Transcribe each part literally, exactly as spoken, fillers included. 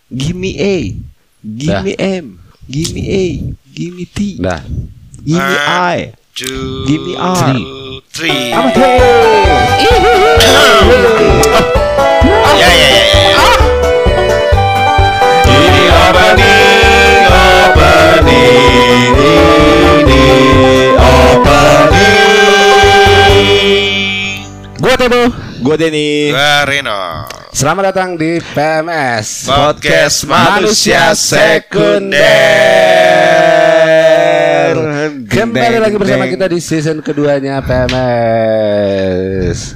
Gimme A, gimme M, gimme A, gimme T, Dah. gimme I, Two, gimme R, three. apa tuh? Ya ya ya ya. Ini apa nih? Apa nih? Ini apa nih? Gua Tebo. Gua Denny. Gua Reno. Selamat datang di P M S Podcast Manusia Sekunder. Kembali lagi bersama kita di season keduanya P M S.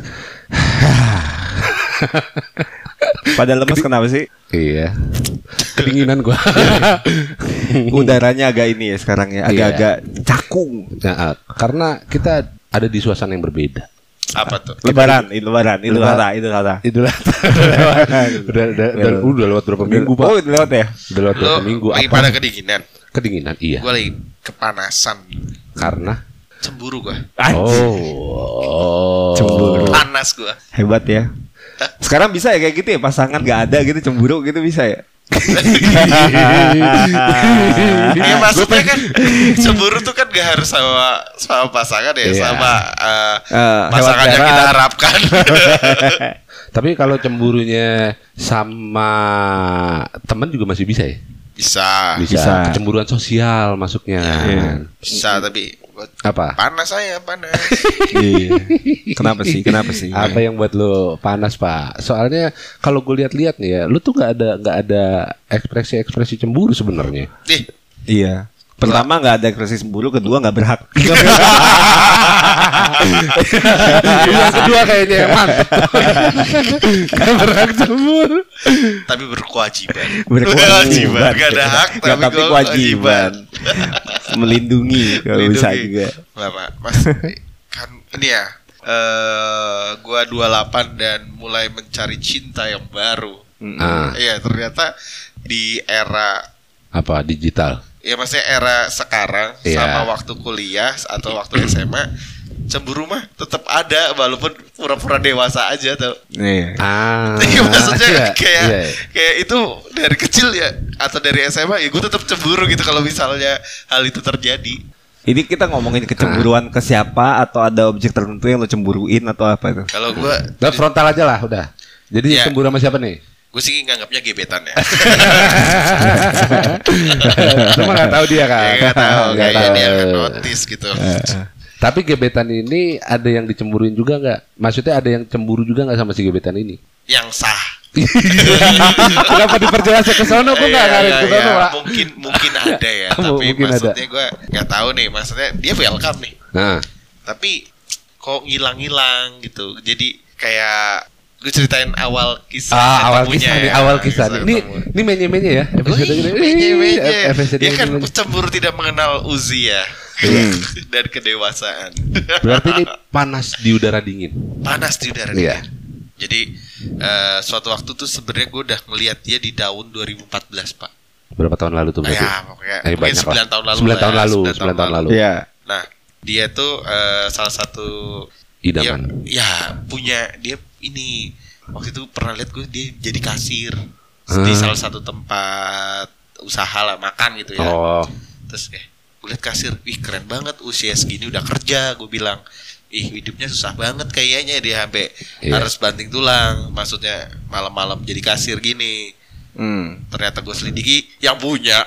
Pada lemes kenapa sih? Iya. Kedinginan gua. Udaranya agak ini ya sekarang ya, agak-agak cakung. Nah, karena kita ada di suasana yang berbeda. Apa tuh? Lebaran, ini lebaran, itu kata, itu kata. Itulah. udah, udah, udah, udah lewat berapa minggu, Pak? Oh, udah lewat ya? Udah lewat berapa Lo minggu? lagi Apa? pada kedinginan. Kedinginan, iya. Gua lagi kepanasan. Karena Cemburu gua. oh, Cemburu. Panas gua. Hebat ya. Sekarang bisa ya kayak gitu ya, pasangan gak ada gitu cemburu gitu bisa ya? Iya maksudnya kan cemburu tuh kan gak harus sama sama pasangan ya, Iya. sama uh, Uh, pasangan yang hewan kita darat. harapkan. tapi kalau cemburunya sama teman juga masih bisa ya? Bisa. Bisa. Bisa. Kecemburuan sosial masuknya. Iya. Bisa tapi gua Apa? panas saya panas. Iya. Kenapa sih? Kenapa sih? Apa yang buat lo panas, Pak? Soalnya kalau gue lihat-lihat nih ya, lu tuh nggak ada nggak ada ekspresi-ekspresi cemburu sebenarnya. Ih, Iya. Pertama nggak ada ekspresi cemburu, kedua nggak berhak. Yang kedua kayaknya yang mantap. Nggak berhak cemburu. tapi berkewajiban. Berkewajiban. Gak ada hak Nggak, tapi, tapi gua kewajiban. Melindungi kalau bisa juga. Bapak, Mas, kan ini ya. Eh, gua dua puluh delapan dan mulai mencari cinta yang baru. Ah, Iya, ternyata di era apa digital? ya maksudnya era sekarang Iya. sama waktu kuliah atau waktu S M A cemburu mah tetap ada walaupun pura-pura dewasa aja tuh. Iya. Ah, Iya, maksudnya iya, kayak iya. kayak itu dari kecil ya atau dari S M A ya gue tetap cemburu gitu kalau misalnya hal itu terjadi. Ini kita ngomongin kecemburuan ke siapa atau ada objek tertentu yang lo cemburuin atau apa itu? Kalau gue Udah frontal aja lah, udah. Jadi Iya. cemburu sama siapa nih? gue sih nganggapnya gebetan ya. Cuma nggak tahu dia kan. Ya, nggak tahu Nggak kayaknya tahu. dia nggak notice gitu. Tapi gebetan ini ada yang dicemburuin juga nggak? Maksudnya ada yang cemburu juga nggak sama si gebetan ini? Yang sah. Kenapa diperjelasnya ke sono? Gue nggak Iya, ngarit iya, ke sono, iya. Pak. Mungkin mungkin ada ya, M- tapi mungkin ada. maksudnya gue nggak tahu nih. Maksudnya dia welcome nih, Nah, tapi kok ngilang-ngilang gitu. Jadi kayak gue ceritain awal kisah ah, awal ketemunya kisah nih, ya, awal kisah nih. Ini ketemu. ini menye-menye ya episode Wih, ini. menye-menye. Ih, episode Dia ini kan menye-menye. cemburu tidak mengenal usia Hmm. dan kedewasaan. Berarti ini panas di udara dingin. Panas di udara Iya. dingin. Jadi eh, suatu waktu tuh sebenarnya gue udah ngelihat dia di tahun dua ribu empat belas, Pak. Berapa tahun lalu tuh berarti? Ya, pokoknya, Eh, mungkin banyak sembilan lah. tahun lalu. sembilan lah tahun ya, lalu, sembilan sembilan tahun lalu. Iya. Nah, dia tuh eh, salah satu Idaman. Ya, ya punya dia ini waktu itu pernah lihat gue dia jadi kasir Hmm. di salah satu tempat usaha lah makan gitu ya. Oh, Terus eh gue liat kasir, wih keren banget usia segini udah kerja, gue bilang. Ih hidupnya susah banget kayaknya dia sampai Iya. harus banting tulang, maksudnya malam-malam jadi kasir gini. Hmm. Ternyata gue selidiki yang punya.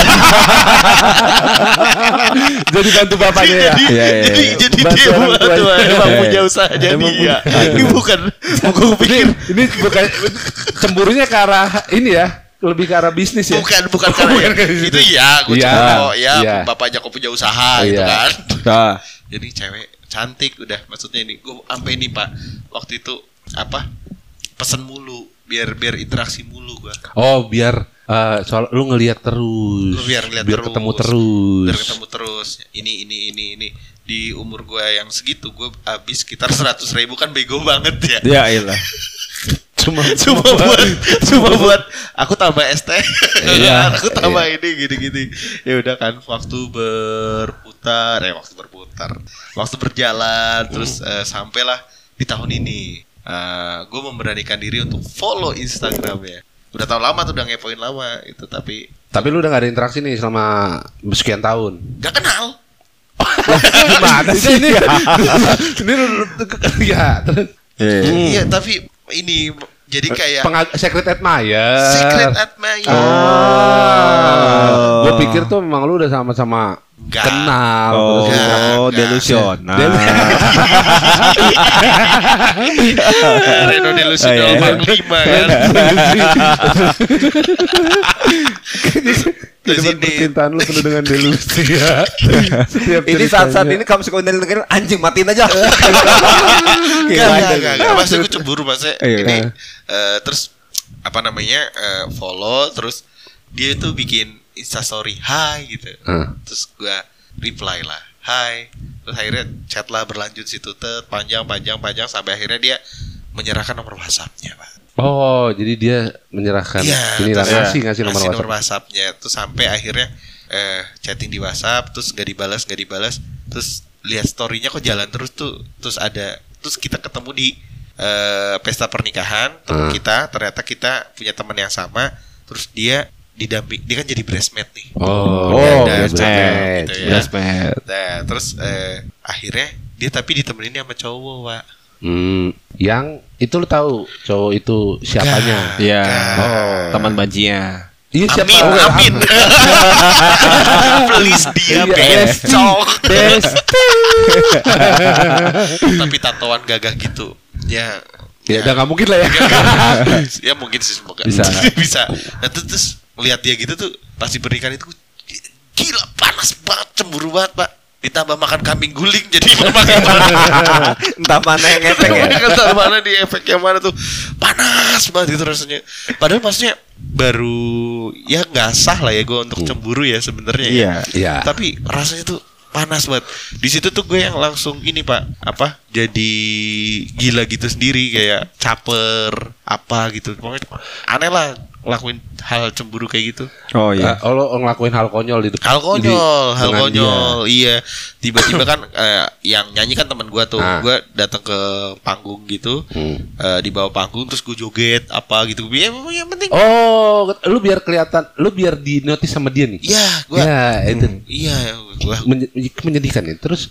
jadi bantu bapaknya ya. jadi Iya, iya, jadi, iya. jadi Bantu dia orang buat tuanya. tuh emang Iya, punya iya. usahanya Emang dia. punya. Ini bukan, gue Ini, pikir ini bukan cemburunya ke arah ini ya, lebih ke arah bisnis ya. bukan bukan Oh, karena bukan ya. kayak gitu. Itu iya, gue Iya, cuma ya iya. bapaknya kok punya usaha Oh, gitu iya. kan. Nah, Jadi cewek cantik udah, maksudnya ini gue sampai ini Pak waktu itu apa pesen mulu biar biar interaksi mulu gue. Oh, biar eh, soal lu ngelihat terus. Lu biar ngeliat biar terus. ketemu terus. Biar ketemu terus. Ini ini ini ini di umur gue yang segitu gue habis sekitar seratus ribu kan bego banget ya. ya iyalah. Cuma Cuma buat cuma buat aku tambah es teh. Iya. Aku tambah ini gini-gini. Ya udah kan waktu berputar, eh waktu berputar. Waktu berjalan terus eh, sampailah di tahun ini. Uh, gue memberanikan diri untuk follow Instagramnya. udah tahu lama tuh, udah ngepoin lama itu, tapi Tapi lu udah gak ada interaksi nih selama sekian tahun. gak kenal. Gimana sih ini? Ini lu ya terus Iya, tapi ini jadi kayak Pengag- secret admirer. secret admirer. Oh. Gue pikir tuh memang lu udah sama-sama Enggak. kenal. Oh, terus Enggak, oh enggak. delusional. Reno delusi Oh, iya. nomor lima kan. Terus Kehidupan ini percintaan lu penuh dengan delusi ya. Setiap Ini saat-saat ceritanya. ini kamu suka dengerin anjing matiin aja. Enggak, enggak, enggak, enggak. Maksudnya gue cemburu, maksudnya Iya. ini eh, terus apa namanya eh, follow, terus dia tuh bikin instastory hi gitu, Hmm. terus gue reply lah hi, terus akhirnya chat lah berlanjut situ tet panjang panjang panjang sampai akhirnya dia menyerahkan nomor WhatsApp-nya, Pak. Oh, jadi dia menyerahkan Iya, inilah terus ngasih ngasih nomor ngasih WhatsApp. WhatsApp-nya, terus sampai akhirnya eh, chatting di WhatsApp, terus nggak dibalas nggak dibalas, terus lihat story-nya kok jalan terus tuh, terus ada, terus kita ketemu di eh, pesta pernikahan teman Hmm. kita, ternyata kita punya teman yang sama, terus dia didamping, dia kan jadi bridesmaid nih. Oh, Oh, Ada bridesmaid. cewek gitu ya. Bridesmaid. Nah, terus eh, akhirnya dia tapi ditemenin sama cowok, Pak. Hmm, yang itu lu tahu cowok itu siapanya? Enggak. Iya. Oh. Teman bajinya. Iya siapa? Amin, Oh, amin. Please dia Iya, besok. Best. Tapi tatoan gagah gitu. Ya. Ya udah nggak mungkin lah ya. Ya mungkin sih semoga. Bisa. Bisa. Nah terus, terus ngeliat dia gitu tuh pasti pernikahan itu gila panas banget, cemburu banget, Pak. Ditambah makan kambing guling jadi makin Entah mana yang efek ya. Entah mana di efek yang mana tuh panas banget gitu rasanya. Padahal maksudnya baru ya nggak sah lah ya gue untuk cemburu ya sebenarnya ya. Iya. Iya. Tapi rasanya tuh panas banget. Di situ tuh gue yang langsung ini, Pak, apa? Jadi gila gitu sendiri, kayak caper apa gitu. Pokoknya aneh lah ngelakuin hal cemburu kayak gitu. Oh iya. Oh, lo ngelakuin hal konyol di depan. Hal konyol, di- hal dengan konyol. Iya. Tiba-tiba kan eh, yang nyanyi kan teman gue tuh. Ah. Gue datang ke panggung gitu. Hmm. Eh, di bawah panggung terus gue joget apa gitu. Ya yang penting. Oh, lu biar kelihatan, lu biar di notice sama dia nih. Iya, gue. Ya, itu Iya, gue. Men- menyedihkan ya. Terus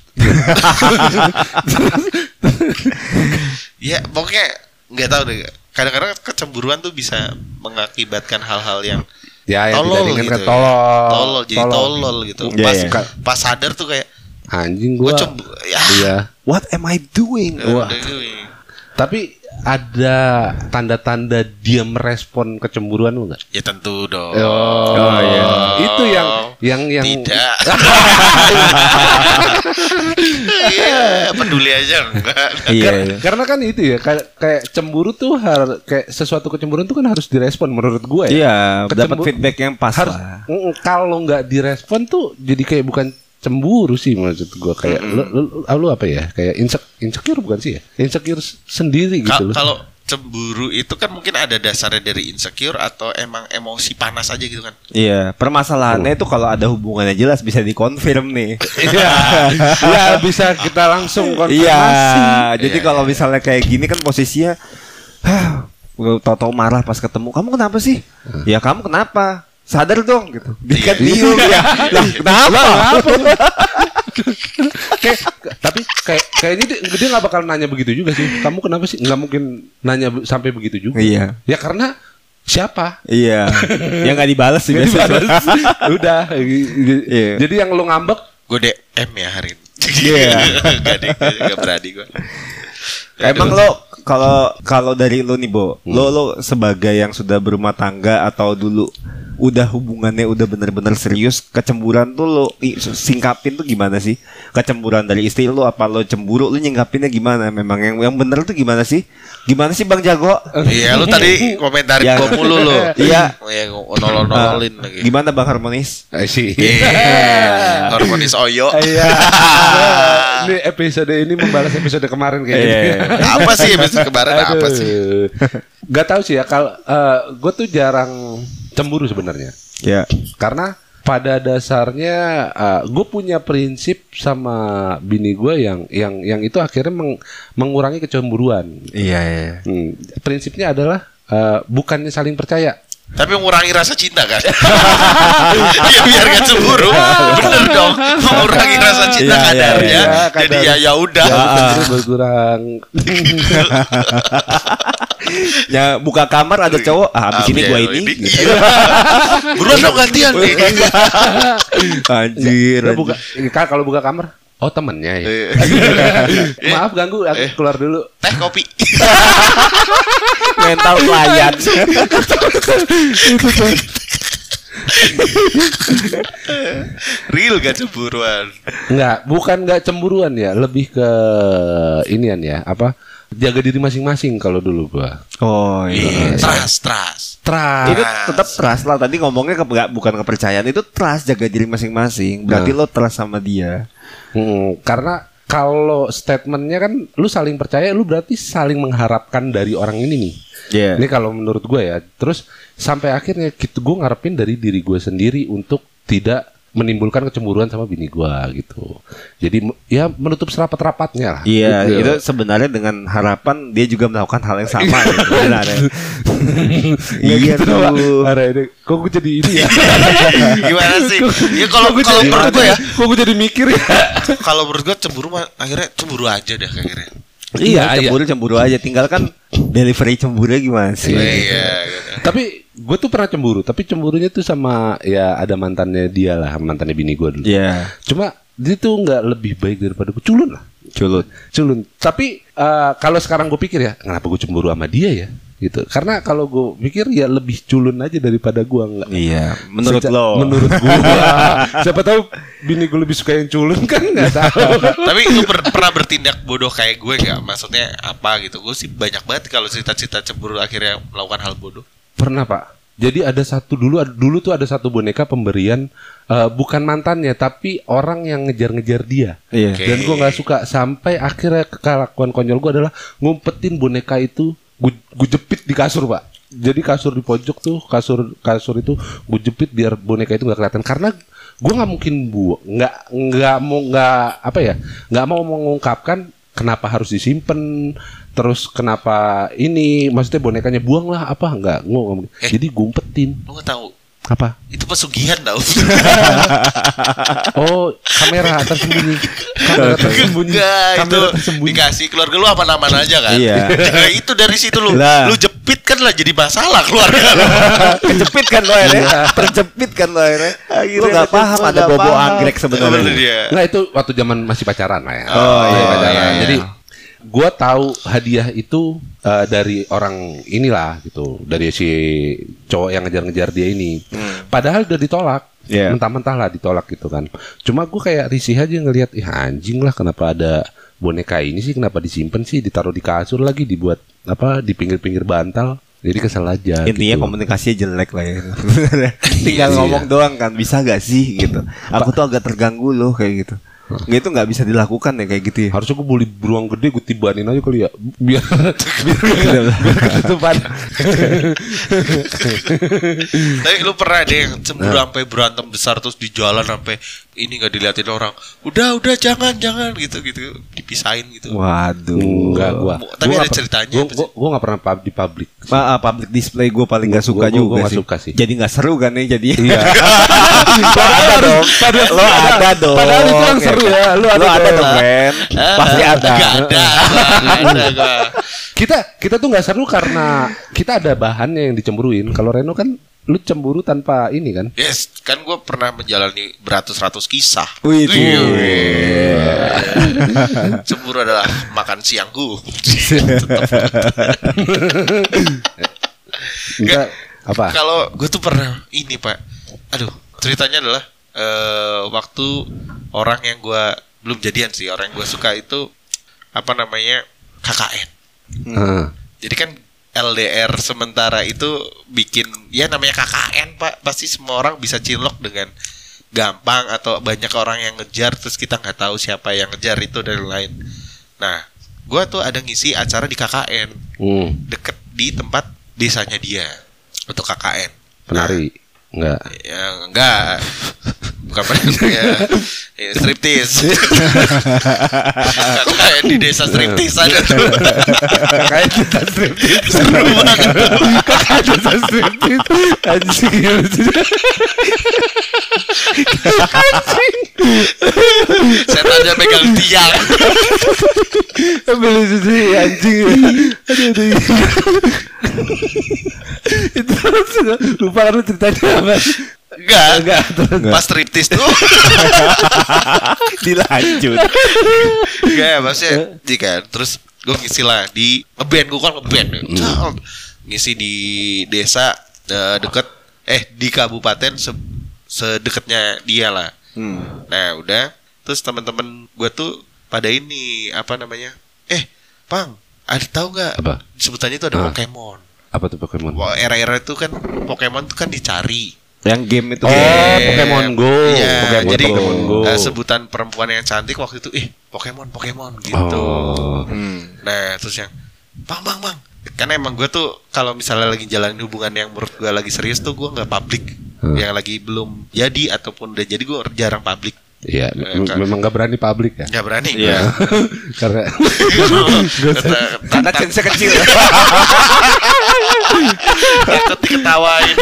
Ya pokoknya nggak tahu deh. Kadang-kadang kecemburuan tuh bisa mengakibatkan hal-hal yang ya yang tolol tidak diinginkan gitu. tolol. Tolol jadi tolol gitu. Iya, Pas iya. pas sadar tuh kayak Anjing gue gua. cemburu. Ya. Iya. What am I doing? udah Wah. gue. Tapi ada tanda-tanda dia merespon kecemburuan lu nggak? Ya tentu dong. Oh, iya. Itu yang yang yang Tidak. Iya, peduli aja enggak. Iya. Kar- karena kan itu ya kayak kayak cemburu tuh har kayak sesuatu kecemburuan tuh kan harus direspon menurut gue ya. Iya, dapat Kecembur- feedback yang pas harus lah. Mm, kalau nggak direspon tuh jadi kayak bukan cemburu sih maksud gue kayak lu, lu, lu, lu apa ya kayak insecure, insecure bukan sih ya insecure s- sendiri Ka- gitu loh. Kalau cemburu itu kan mungkin ada dasarnya dari insecure atau emang emosi panas aja gitu kan. Iya, permasalahannya itu kalau ada hubungannya jelas bisa dikonfirm nih. Iya, ya bisa kita langsung konfirmasi. Iya, jadi Iya, kalau iya. misalnya kayak gini kan posisinya, hah, gue tau-tau marah pas ketemu. Kamu kenapa sih? Ya kamu kenapa? Sadar dong gitu. Dia kan Iya. bingung ya. Lah kenapa? Kayak, tapi kayak kayaknya dia, dia nggak bakal nanya begitu juga sih. Kamu kenapa sih? Nggak mungkin nanya be- sampai begitu juga. Iya. Ya karena siapa? Iya. Yang nggak dibalas sih Nggak biasanya. dibalas. Udah. Iya. Jadi yang lu ngambek. Gue D M ya hari ini. Iya. Gak deh, gak berani gue. Emang lo kalau kalau dari lo nih Bo, lo lo sebagai yang sudah berumah tangga atau dulu udah hubungannya udah bener-bener serius, kecemburuan tuh lo i- singkapin tuh gimana sih? Kecemburuan dari istri lo apa lo cemburu, lo nyingkapinnya gimana? Memang yang yang bener tuh gimana sih? Gimana sih Bang Jago? Iya, lu tadi komentarin Ya. gue mulu lo. Iya. Oh ya, nolol-nololin Ah, lagi. Gimana Bang Harmonis? Eh sih. Iya, harmonis Oyo. Iya. Ini episode ini membalas episode kemarin kayaknya. Iya. Apa sih episode kemarin apa sih? Gak tahu sih ya kalau gue tuh jarang cemburu sebenarnya. Ya. Karena pada dasarnya gue punya prinsip sama bini gue yang yang yang itu akhirnya meng- mengurangi kecemburuan. Iya, iya. Hmm, prinsipnya adalah uh, bukannya saling percaya, Tapi mengurangi rasa cinta kan. Ya biar gak cemburu. Bener dong. Mengurangi rasa cinta Iya, iya, kadarnya. iya, Jadi ya ya udah. Ya, cemburu berkurang. Ya buka kamar ada cowok, ah, habis ini Ah, gua iya, ini. Iya. Buruan dong gantian nih. Anjir. Lu buka, kan kalau buka kamar, oh temennya ya. Iya. Maaf ganggu, aku keluar dulu. Teh kopi. Mental pelayan. Real gak cemburuan. Enggak, bukan enggak cemburuan ya, lebih ke inian ya, apa? Jaga diri masing-masing kalau dulu gua. Oh iya. Trust, trust. Trust. Itu tetap trust lah. Tadi ngomongnya ke, gak, bukan kepercayaan, itu trust, jaga diri masing-masing. Berarti Nah. lo trust sama dia. Hmm, karena kalau statementnya kan lu saling percaya, lu berarti saling mengharapkan dari orang ini nih. Iya. Ini kalau menurut gue ya. Terus sampai akhirnya gitu gue ngarepin dari diri gue sendiri untuk tidak menimbulkan kecemburuan sama bini gue gitu. Jadi m- ya menutup serapat-rapatnya lah. Iya, gitu. itu sebenarnya dengan harapan dia juga melakukan hal yang sama gitu. Benar ya. Iya gitu Pak. tuh. Ada ini. Kok gue jadi ini ya? Gimana sih? Ya kalau Kok gue kalau jadi- menurut gue ya, Kok gue jadi mikir ya? kalau menurut gue cemburu mah akhirnya cemburu aja dah akhirnya. Iya, Iya, cemburu cemburu aja. Tinggal kan delivery cemburunya gimana sih? Iya, gitu. Tapi gue tuh pernah cemburu. Tapi cemburunya tuh sama ya ada mantannya dia lah, mantannya bini gue dulu. Iya, Cuma dia tuh nggak lebih baik daripada gue. Culun lah. culut. Culun. Tapi eh, kalau sekarang gue pikir ya, kenapa gue cemburu sama dia ya? Gitu. Karena kalau gue pikir ya lebih culun aja daripada gue nggak. Iya, menurut Seca- lo. Menurut gue. Siapa tahu bini gue lebih suka yang culun kan nggak tahu. Tapi lu per- pernah bertindak bodoh kayak gue gak? Maksudnya apa gitu? Gue sih banyak banget kalau cerita-cerita cemburu akhirnya melakukan hal bodoh. Pernah Pak. Jadi ada satu dulu ada- dulu tuh ada satu boneka pemberian eh, bukan mantannya tapi orang yang ngejar-ngejar dia. Iya. Oke. Dan gue nggak suka sampai akhirnya kelakuan konyol gue adalah ngumpetin boneka itu gue gue jepit di kasur Pak. Jadi kasur di pojok tuh kasur kasur itu gue jepit biar boneka itu nggak kelihatan karena gue nggak mungkin buang nggak nggak mau nggak apa ya nggak mau mengungkapkan kenapa harus disimpan terus kenapa ini maksudnya bonekanya buang lah apa nggak ngomong Eh. jadi gue umpetin Lu gak tahu? apa Itu pesugihan tau. oh kamera tersembunyi kamera tersembunyi Enggak, itu kamera tersembunyi dikasih keluarga lu apa nama aja kan? Iya. Nah, itu dari situ lu Lah. lu jepit kan lah jadi masalah keluarga lu. Kejepit kan lo akhirnya. Terjepit kan lo akhirnya. Lo gak paham ada bobo anggrek Bener sebenarnya. dia. Nggak itu waktu zaman masih pacaran lah ya. Oh, Masih iya, pacaran. iya, iya. Jadi gua tahu hadiah itu eh, dari orang inilah gitu, dari si cowok yang ngejar-ngejar dia ini. Padahal udah ditolak. Iya. Mentah-mentah lah ditolak gitu kan. Cuma gua kayak risih aja ngelihat, ih anjing lah kenapa ada boneka ini sih, kenapa disimpan sih, ditaruh di kasur lagi, dibuat apa di pinggir-pinggir bantal. Jadi kesel aja. Intinya gitu. komunikasinya jelek lah ya. Tinggal Iya. ngomong doang kan, bisa gak sih gitu. Aku tuh agak terganggu loh kayak gitu. Nggak, itu nggak bisa dilakukan ya kayak gitu ya. Harusnya gue beli beruang gede, gue tibanin aja kali ya, biar biar biar ketutupan. Tapi lu pernah deh yang cemburu sampai berantem besar terus di jalan sampai ini nggak diliatin orang. Udah udah jangan jangan gitu gitu dipisahin gitu. Waduh. Enggak gua. Tapi Gua ada nggak per- ceritanya Gua apa gua, gua gak pernah pub- di public. Ma, ah, public display gue paling gak Gua- suka gua- gua- juga gua nggak sih. suka sih. Jadi gak seru kan nih jadi. Iya. Lo ada dong. Lo ada dong. Padahal itu yang seru ya. Lu ada, Lo ada dong. dong Ren. Pasti ada. Gak ada. Gak ada gua. Kita kita tuh nggak seru karena kita ada bahannya yang dicemburuin. Kalau Reno kan lu cemburu tanpa ini kan. Yes, kan gue pernah menjalani beratus-ratus kisah. Wih, Wih. Cemburu adalah makan siangku. Kita apa? Kalau gue tuh pernah ini pak, aduh ceritanya adalah eh, waktu orang yang gue belum jadian sih, orang yang gue suka itu apa namanya K K N. Heeh. Jadi kan L D R sementara itu bikin ya namanya K K N pak, pasti semua orang bisa cinlok dengan gampang atau banyak orang yang ngejar terus kita nggak tahu siapa yang ngejar itu dan lain. Nah, gue tuh ada ngisi acara di K K N Hmm. deket di tempat desanya dia untuk K K N. Penari. Enggak. Ya enggak. bukan pada ya, ya striptis. Kayak di desa striptis ada tuh. Kayak kita striptis. Seru banget. Kakak desa striptis. Anjing ya lucu. Anjing. Setannya pegang tiang. Ambil sih anjing ya. Aduh aduh. Itu lupa kan ceritanya apa? Enggak, Enggak, terus. pas striptis tuh. Dilanjut. Enggak ya, maksudnya di kan. Terus gue ngisi lah di ngeband, gue kan ngeband. Hmm. Ngisi di desa uh, deket eh di kabupaten se sedekatnya dia lah. Hmm. Nah udah, terus teman-teman gue tuh pada ini apa namanya? Eh, Pang, ada tahu nggak? Apa? Sebutannya itu ada Ah. Pokemon. Apa tuh Pokemon? Wah, era-era itu kan Pokemon tuh kan dicari. Yang game itu. Oh, Game. Pokemon Go. Iya, Pokemon jadi Pokemon Go. eh, sebutan perempuan yang cantik waktu itu, eh Pokemon, Pokemon gitu. Oh. Hmm. Nah, terus yang bang, bang, bang. Karena emang gue tuh kalau misalnya lagi jalanin hubungan yang menurut gue lagi serius tuh gue nggak public. Hmm. Yang lagi belum jadi ataupun udah jadi gue jarang public. Iya, Eh, mem- kan. memang gak berani publik ya. Nggak berani. Iya. Karena Kata- Karena kata- chance kecil. takut diketawain.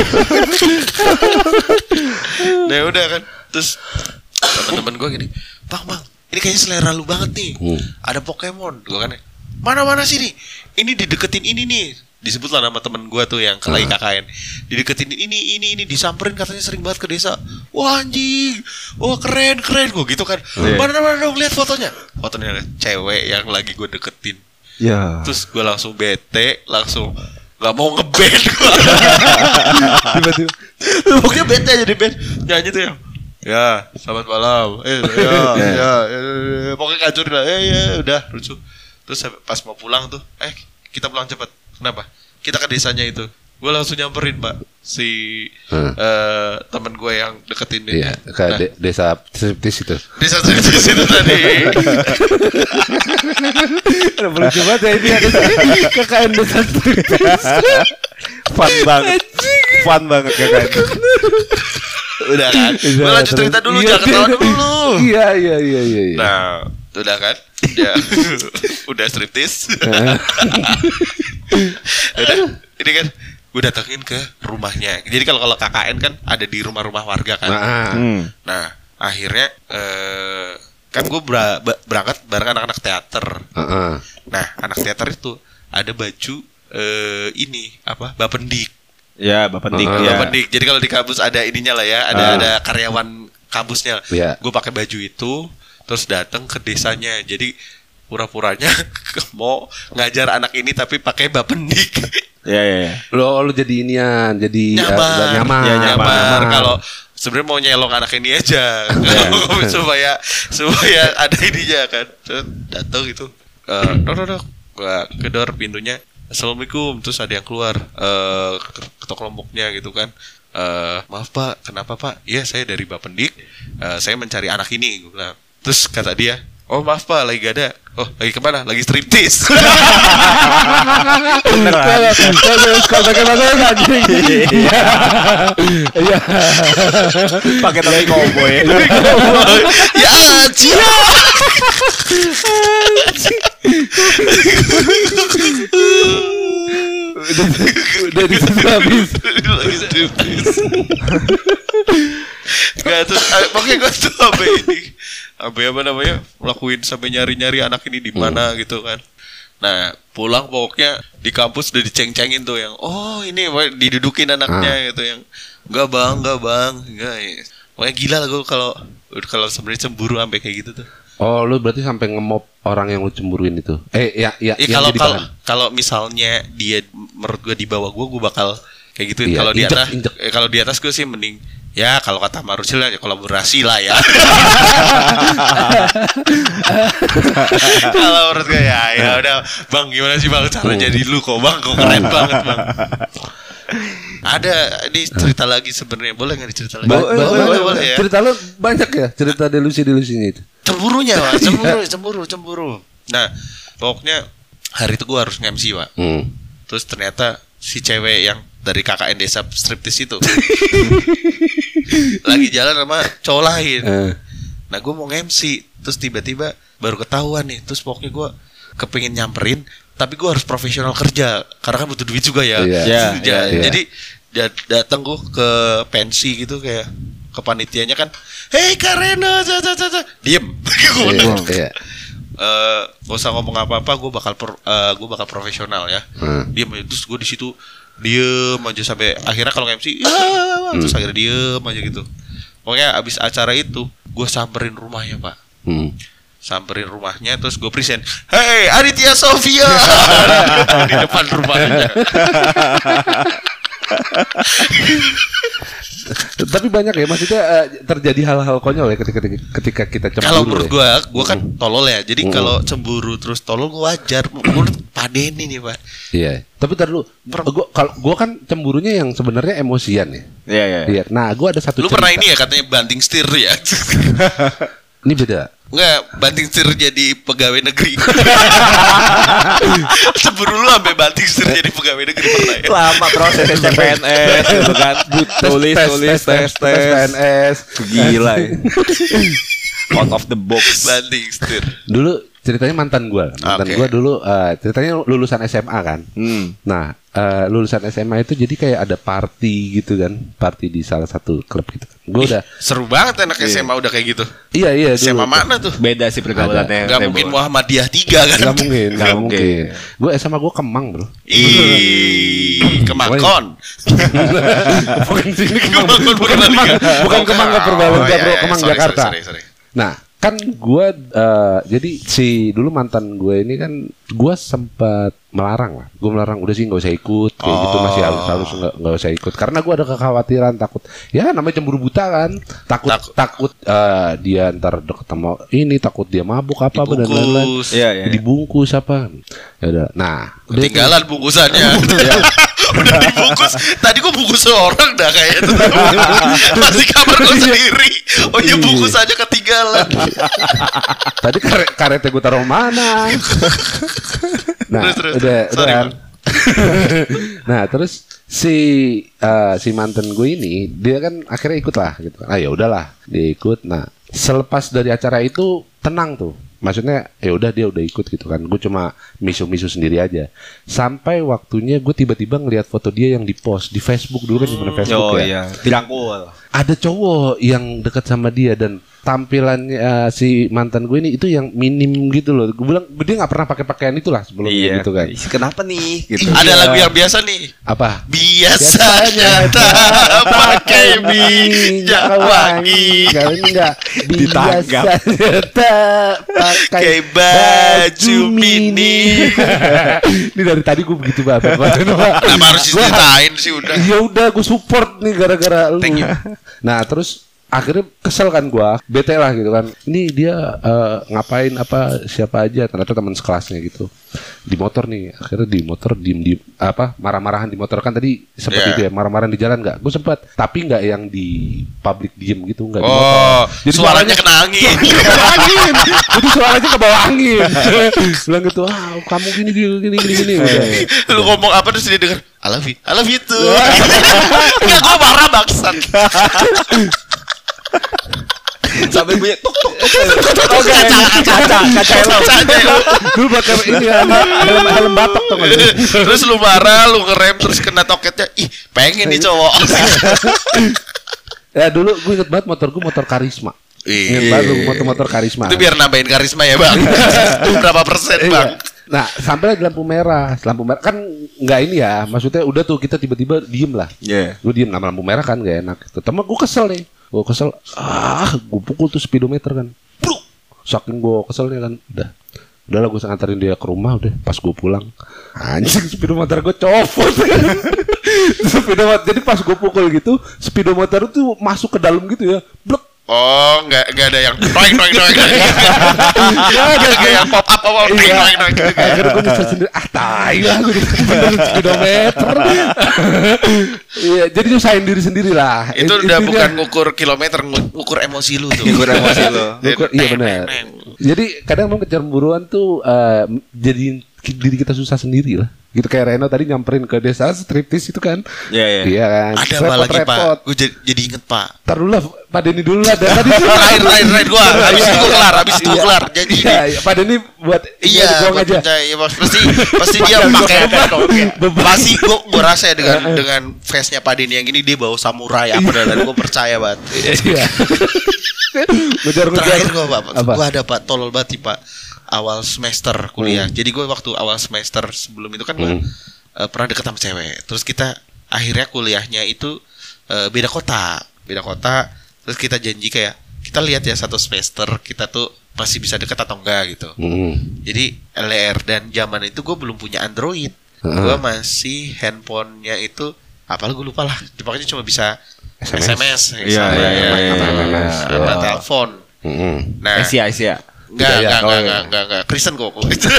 Nah udah kan, terus teman-teman gue gini, bang, bang, ini kayaknya selera lu banget nih. Hmm. Ada Pokemon, gue kan, mana mana sih nih, ini dideketin ini nih, disebutlah nama temen gue tuh yang lagi K K N, dideketin ini ini ini, disamperin katanya sering banget ke desa, wah anjing, wah keren keren, gue gitu kan, Yeah. mana mana dong lihat fotonya, fotonya ada cewek yang lagi gue deketin, Ya. terus gue langsung bete, langsung nggak mau ngeband gue. tiba-tiba Lu pokoknya bete aja di band nyanyi tuh yang ya selamat malam eh ya ya, ya, ya pokoknya kancurin lah eh ya udah lucu. Terus pas mau pulang tuh eh kita pulang cepat, kenapa kita ke desanya itu, gue langsung nyamperin pak si Hmm. eh, temen gue yang deketin ini. iya, ke Nah, de- desa striptis itu. desa striptis itu tadi. Lucu banget ya ini ada K K N desa striptis. Fun banget. Fun banget kakak itu. Udah kan gue lanjut cerita dulu, Iya, jangan ketawa dulu. Iya iya iya iya. iya. Nah, udah kan? Ya, udah striptis. Udah, ini kan gue datengin ke rumahnya. Jadi kalau kalau K K N kan ada di rumah-rumah warga kan. Nah, Hmm. Nah, akhirnya eh, kan gue bera- ba- berangkat bareng anak-anak teater. heeh. Nah, anak teater itu ada baju eh, ini apa? Bapendik. Ya, Bapak Dik Ah. ya. Bapendik. Jadi kalau di kampus ada ininya lah ya, ada Ah. ada karyawan kampusnya. Iya. Gue pakai baju itu, terus datang ke desanya. Jadi pura-puranya mau ngajar anak ini tapi pakai bapendik. Ya, ya, ya. Lo lo jadi inian, jadi Nyamar, eh, nyamar, Ya, nyamar. nyamar. Kalau sebenarnya mau nyelong anak ini aja, supaya supaya ada ininya kan. Terus datang itu, eh, dok dok dok, gua kedor pintunya. Assalamualaikum, terus ada yang keluar, eh, ketok lomboknya gitu kan. Eh, maaf pak, kenapa pak? Iya saya dari Bapendik, eh, saya mencari anak ini. Gua bilang. Terus kata dia, oh maaf pak, lagi gak ada. Oh lagi kemana? Lagi striptis. Beneran. Kalau pakai bahasa anjing. Iya. Pakai topi cowboy. Ya anjir. Udah di situ habis. Lagi striptis. Gak tuh, eh, pokoknya gue tuh sampai ini, sampai apa namanya, melakuin sampai nyari-nyari anak ini di mana gitu kan. Nah pulang pokoknya di kampus udah diceng-cengin tuh yang, oh ini didudukin anaknya gitu yang, enggak bang, enggak bang, enggak. Ya. Pokoknya gila lah gue kalau kalau sebenarnya cemburu sampai kayak gitu tuh. Oh, lu berarti sampai ngemop orang yang lu cemburuin itu. Eh, ya ya Ya, yang kalau jadi kalau bahan. kalau misalnya dia menurut gue di bawah gue, gue bakal kayak gitu. Iya, Kalau di injek, atas, injek. eh, kalau di atas gue sih mending ya kalau kata Marusil ya kolaborasi lah ya. Kalau menurut gue ya ya udah bang, gimana sih bang cara jadi lu kok bang, kok keren banget bang. Ada ini cerita lagi sebenarnya, boleh nggak dicerita lagi? Ba- Boleh, ba- boleh, ba- boleh ya. Cerita lu banyak ya, cerita delusi-delusinya itu. Cemburunya Wak, cemburu, cemburu, cemburu. Nah pokoknya hari itu gue harus nge-M C Wak. Hmm. Terus ternyata si cewek yang dari K K N desa striptis itu. Lagi jalan sama cowok lain. Eh. Nah gue mau nge-M C, terus tiba-tiba baru ketahuan nih. Terus pokoknya gue kepengin nyamperin, tapi gue harus profesional kerja karena kan butuh duit juga ya. Iya. Iya, Ja- iya. Jadi da- datang gue ke pensi gitu kayak ke panitianya kan, hei Karena, diem. Gue Iya, bilang, iya. Eh, gak usah ngomong apa-apa, gue bakal per, eh, gue bakal profesional ya. Hmm. Diem aja. Terus gue di situ diem aja sampai akhirnya kalau M C, ya, terus akhirnya diem aja gitu. Pokoknya abis acara itu, gue samperin rumahnya pak, Hmm. samperin rumahnya, terus gue present, hey Aditya Sofia di depan rumahnya. Tapi banyak ya maksudnya eh, terjadi hal-hal konyol ya ketika ketika kita cemburu. Kalau menurut ya. gue, gue kan tolol ya. Jadi Mm. kalau cemburu terus tolol gue wajar. Menurut Padeni nih pak. Iya. Tapi tar dulu, gua kalau gua kan cemburunya yang sebenarnya emosian ya. Iya, iya. Iya. Nah, gua ada satu Lu cerita. pernah ini ya katanya banting setir ya? Ini beda. Enggak, banting setir jadi pegawai negeri. Cemburu lu sampai banting setir jadi pegawai negeri pernah ya? Lama prosesnya C P N S gitu kan. Tulis, tulis, tes, P N tes. S. Gila ya. Out of the box. Banting setir. Dulu ceritanya mantan gua. Mantan Oke. gua dulu eh, ceritanya lulusan S M A kan. Hmm. Nah, eh, lulusan S M A itu jadi kayak ada party gitu kan. Party di salah satu klub gitu. Gua udah Seru banget anak S M A udah kayak gitu. Iya, iya S M A dulu. mana tuh? Beda sih pergaulannya. Gak mungkin Muhammadiyah tiga kan? Gak mungkin, gak Nggak mungkin. mungkin. Gue S M A gue Kemang bro. Ih, Kemangkon. Bukan sini Kemang, Kemang bukan Purbalingga. Kemang, bukan Oh, Kemang ke oh, Purbalingga iya, bro, iya, Kemang sorry, Jakarta. sorry, sorry, sorry. Nah, kan gue eh, jadi si dulu mantan gue ini kan gue sempat melarang lah. Gue melarang udah sih nggak usah ikut kayak gitu, Oh. masih halus halus nggak nggak usah ikut karena gue ada kekhawatiran takut ya namanya cemburu buta kan takut Takut. takut eh, dia ntar deket sama ini takut dia mabuk apa dan lain-lain Dibungkus. Iya, iya. dibungkus apa ya udah nah udah tuh. Ketinggalan bungkusannya. Udah dibungkus. Tadi gua bungkus seorang dah kayaknya tuh. Masih kamar gua sendiri. Oh iya bungkusannya ketinggalan. Tadi karet karetnya gue taruh mana? Nah, Terus, terus. udah, Sorry, udah kan. Bang. Nah, terus si eh, si mantan gue ini dia kan akhirnya ikut lah gitu. Ah ya udahlah, dia ikut. Nah, selepas dari acara itu tenang tuh. Maksudnya ya udah dia udah ikut gitu kan. Gue cuma misu-misu sendiri aja. Sampai waktunya gue tiba-tiba ngelihat foto dia yang dipost di Facebook dulu kan di Facebook Oh ya. iya, dirangkul. Ada cowok yang dekat sama dia dan tampilannya eh, si mantan gue ini itu yang minim gitu loh. Gue bilang dia nggak pernah pakai pakaian itulah sebelumnya gitu kan. Ih, kenapa nih? Gitu. Ada lagu yang biasa nih. Apa? Biasanya tak pakai minyak wangi. Kali ini enggak. Ditanggap. Biasanya tak pakai Pakai baju mini. Ini dari tadi gue begitu banget. Kenapa harus diceritain sih udah. Ya udah gue support nih gara-gara lu. Thank you. Nah terus akhirnya kesel kan gue, bete lah gitu kan. Ini dia eh, ngapain apa siapa aja ternyata teman sekelasnya gitu di motor nih. Akhirnya di motor diem diem apa marah-marahan di motor kan tadi sempat Yeah. itu ya marah-marahan di jalan nggak? Gue sempat tapi nggak yang di public diem gitu nggak di motor. Oh, Jadi suaranya kena angin. Kebawa angin. Jadi suaranya ke bawah angin. Bilang gitu, ah kamu gini gini gini gini gini. Udah. Lu ngomong apa terus dia denger I love you, I love you too. Enggak, gua marah bangsat. Sampai bunyi tuk tuk. Oke, kaca, kaca helm. Dulu pakai ini ya, helm helm batok tuh nggak sih? Terus lu marah, lu ngerem terus kena toketnya. Ih, pengen nih cowok. Ya dulu gue inget banget motor gue motor karisma. Ingat banget dulu motor-motor karisma. Itu biar nambahin karisma ya, Bang. Berapa persen, Bang? Nah sampai di lampu merah, lampu merah kan nggak ini ya, maksudnya udah tuh kita tiba-tiba diem lah. Iya. Gue diem nama lampu merah kan gak enak. Terus gue kesel nih, gue kesel. Ah, gue pukul tuh speedometer kan. Bruk. Saking gue keselnya kan, udah. Udahlah gue nganterin dia ke rumah udah. Pas gue pulang, anjing speedometer gue copot. Speedometer. Jadi pas gue pukul gitu, speedometer itu masuk ke dalam gitu ya. Blek. Oh, enggak enggak ada yang doing doing doing. Enggak ada yang pop up pop up doing doing doing. Akhirnya gue nyesel sendiri. Ah, tai lah gue dikeluarin speedometer. Iya, jadi nyusahin diri sendiri lah. Itu udah Intinya- bukan ngukur kilometer, ngukur emosi lu tuh. Ngukur emosi lo. Ngukur- iya benar. Jadi kadang memang kecemburuan tuh eh, jadi diri kita susah sendiri lah. Gitu kayak Reno tadi nyamperin ke desa striptis itu kan. Iya, iya. Iya kan. Ada apa lagi Pak? Gue jadi, jadi inget Pak. Ntar dulu lah Pak Denny dulu lah. Dan tadi Terakhir terakhir terakhir gue. Habis itu gue kelar. Habis itu gue kelar. Jadi iya, iya, Pak Denny buat iya, gong buat aja. percaya, ya, pasti pasti dia pakai pasti gue gue rasa ya dengan dengan face-nya Pak Denny yang gini dia bawa samurai apa dan gue percaya banget. Iya. Ngejar-ngejar. Terakhir gue Pak, Apa? gue ada Pak tolol banget Pak awal semester kuliah. Hmm. Jadi gue waktu awal semester sebelum itu kan gue hmm. uh, pernah deket sama cewek. Terus kita akhirnya kuliahnya itu uh, beda kota, beda kota. Terus kita janji kayak kita lihat ya satu semester kita tuh masih bisa deket atau enggak gitu. Hmm. Jadi L D R dan zaman itu gue belum punya Android. Hmm. Gue masih handphonenya itu apalah gue lupa lah. Pokoknya cuma bisa S M S, iya, iya, iya, sama telepon. Nah, Asia, Asia. Enggak, enggak, enggak, enggak, enggak, enggak, Kristen kok.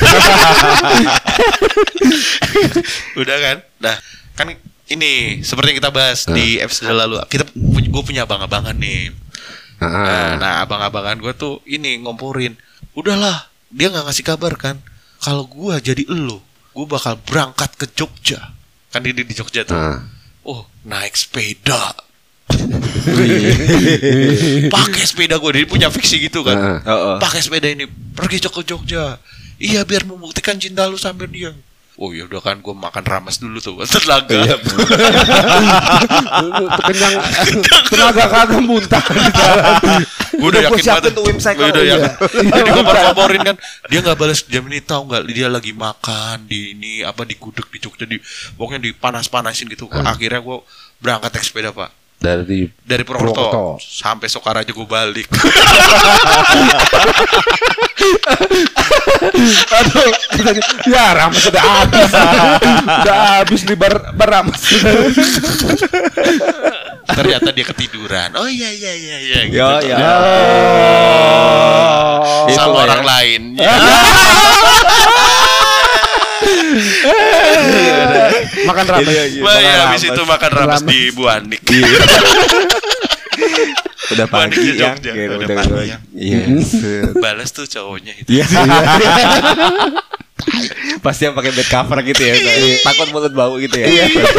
Udah kan? Nah, kan ini seperti yang kita bahas uh. di episode lalu. Kita gue punya abang-abangan nih. Uh. Nah, nah, abang-abangan gue tuh ini ngomporin. Udahlah, dia nggak ngasih kabar kan. Kalau gue jadi elo, gue bakal berangkat ke Jogja. Kan dia di Jogja tuh. Uh. Oh, naik sepeda. Pakai sepeda gue, dia punya fiksi gitu kan. Uh, uh, uh. Pakai sepeda ini pergi ke Jogja. Iya biar membuktikan cinta lu sampai dia. Oh ya udah kan gue makan rames dulu tuh tenaga. Iya. Kenyang tenaga kagak muntah di jalan. Gue udah yakin banget tuh website gue udah yakin. Jadi gue komporin kan dia nggak balas jam ini tahu nggak dia lagi makan di ini apa di gudeg di Jogja di pokoknya dipanas-panasin gitu. Akhirnya gue berangkat naik sepeda Pak. Dari dari Purwokerto sampai Sokaraja gue balik. Aduh, ya rames udah habis, udah habis nih bar, bar rames. Ternyata dia ketiduran. Oh iya iya iya iya. Gitu. Yo ya. Oh, sama orang ya. Lain. Ya. Makan rames. Wah ya habis itu makan rames di Bu Anik. Udah pagi yang gitu, udah pagi yang. Yes. Balas tuh cowoknya itu. Pasti yang pakai bed cover gitu ya. Takut mulut bau gitu ya.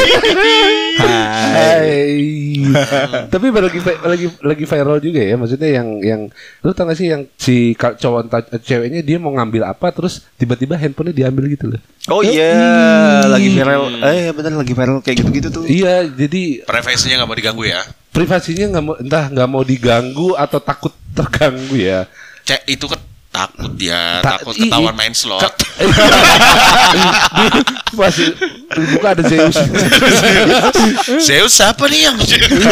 Hai. Tapi lagi lagi lagi viral juga ya. Maksudnya yang yang lu tau gak sih yang si cowok ceweknya dia mau ngambil apa terus tiba-tiba handphonenya diambil gitu loh. Oh iya, yeah. Lagi viral. Eh bener lagi viral kayak gitu-gitu tuh. Iya, jadi privasinya nggak mau diganggu ya. Privasinya nggak mau entah nggak mau diganggu atau takut terganggu ya. Cek itu kan takut dia, Ta- takut ketahuan main slot. Masih buka ada Zeus. Zeus siapa nih yang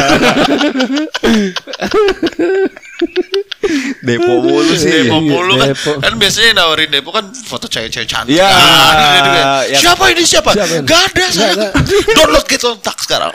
Depo mulu sih. Depo mulu kan. Depo. Kan biasanya nawarin Depo kan foto cewek-cewek cantik. Ya, kan. ya. Siapa ini siapa? Siapa? Gak ada saya. Download Get Lontak sekarang.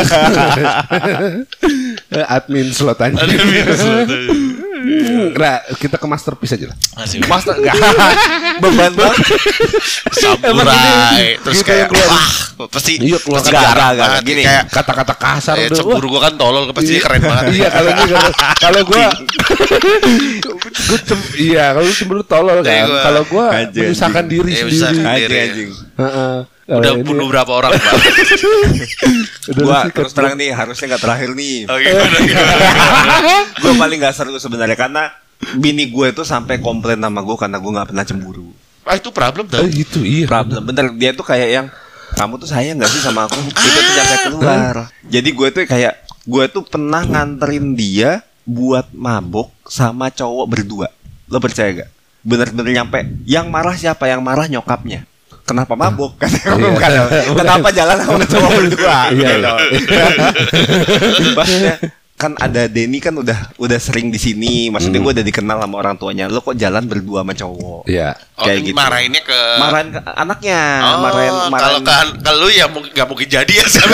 Admin slot aja. Admin slot. Nah, kita ke masterpiece aja lah. Masih Master enggak. Beban banget. Samurai. Terus gitu kayak keluar. wah, pasti Iya keluar pasti Gak, garang gak, gak. banget. Gini. Kayak kata-kata kasar eh, udah. cemburu gua kan tolol pasti Iya. keren banget. Iya kalau ini kalau gua gua cem, iya kalau lu cemburu tolol kan. Gua- Kalau gua Anjing, menyusahkan anjing. diri Eh, sendiri. menyusahkan Anjing diri. anjing. Heeh. Udah Kalau bunuh ini- berapa orang, Pak? udah Gua sikat. terus terang nih harusnya nggak terakhir nih. Oh, gimana, gimana? Gue paling nggak seru sebenarnya karena bini gue tuh sampai komplain sama gue karena gue nggak pernah cemburu. Ah, itu problem Oh tau. gitu iya. Problem bener, dia tuh kayak yang kamu tuh sayang nggak sih sama aku? Itu tuh sampai keluar. Jadi gue tuh kayak gue tuh pernah nganterin dia buat mabok sama cowok berdua. Lo percaya gak? Bener-bener nyampe. Yang marah siapa? Yang marah nyokapnya. Kenapa mabok? Bukan. Kenapa jalan sama cowok berdua? Iya. Maksudnya kan ada Denny kan udah udah sering di sini. Maksudnya gue udah dikenal sama orang tuanya. Lo kok jalan berdua sama cowok? Iya. Oh, Kayak gitu. marahinnya ke Marahin ke anaknya. Oh, marahin, kalau marahin. kan kalau lu ya mungkin nggak mungkin jadi ya sama.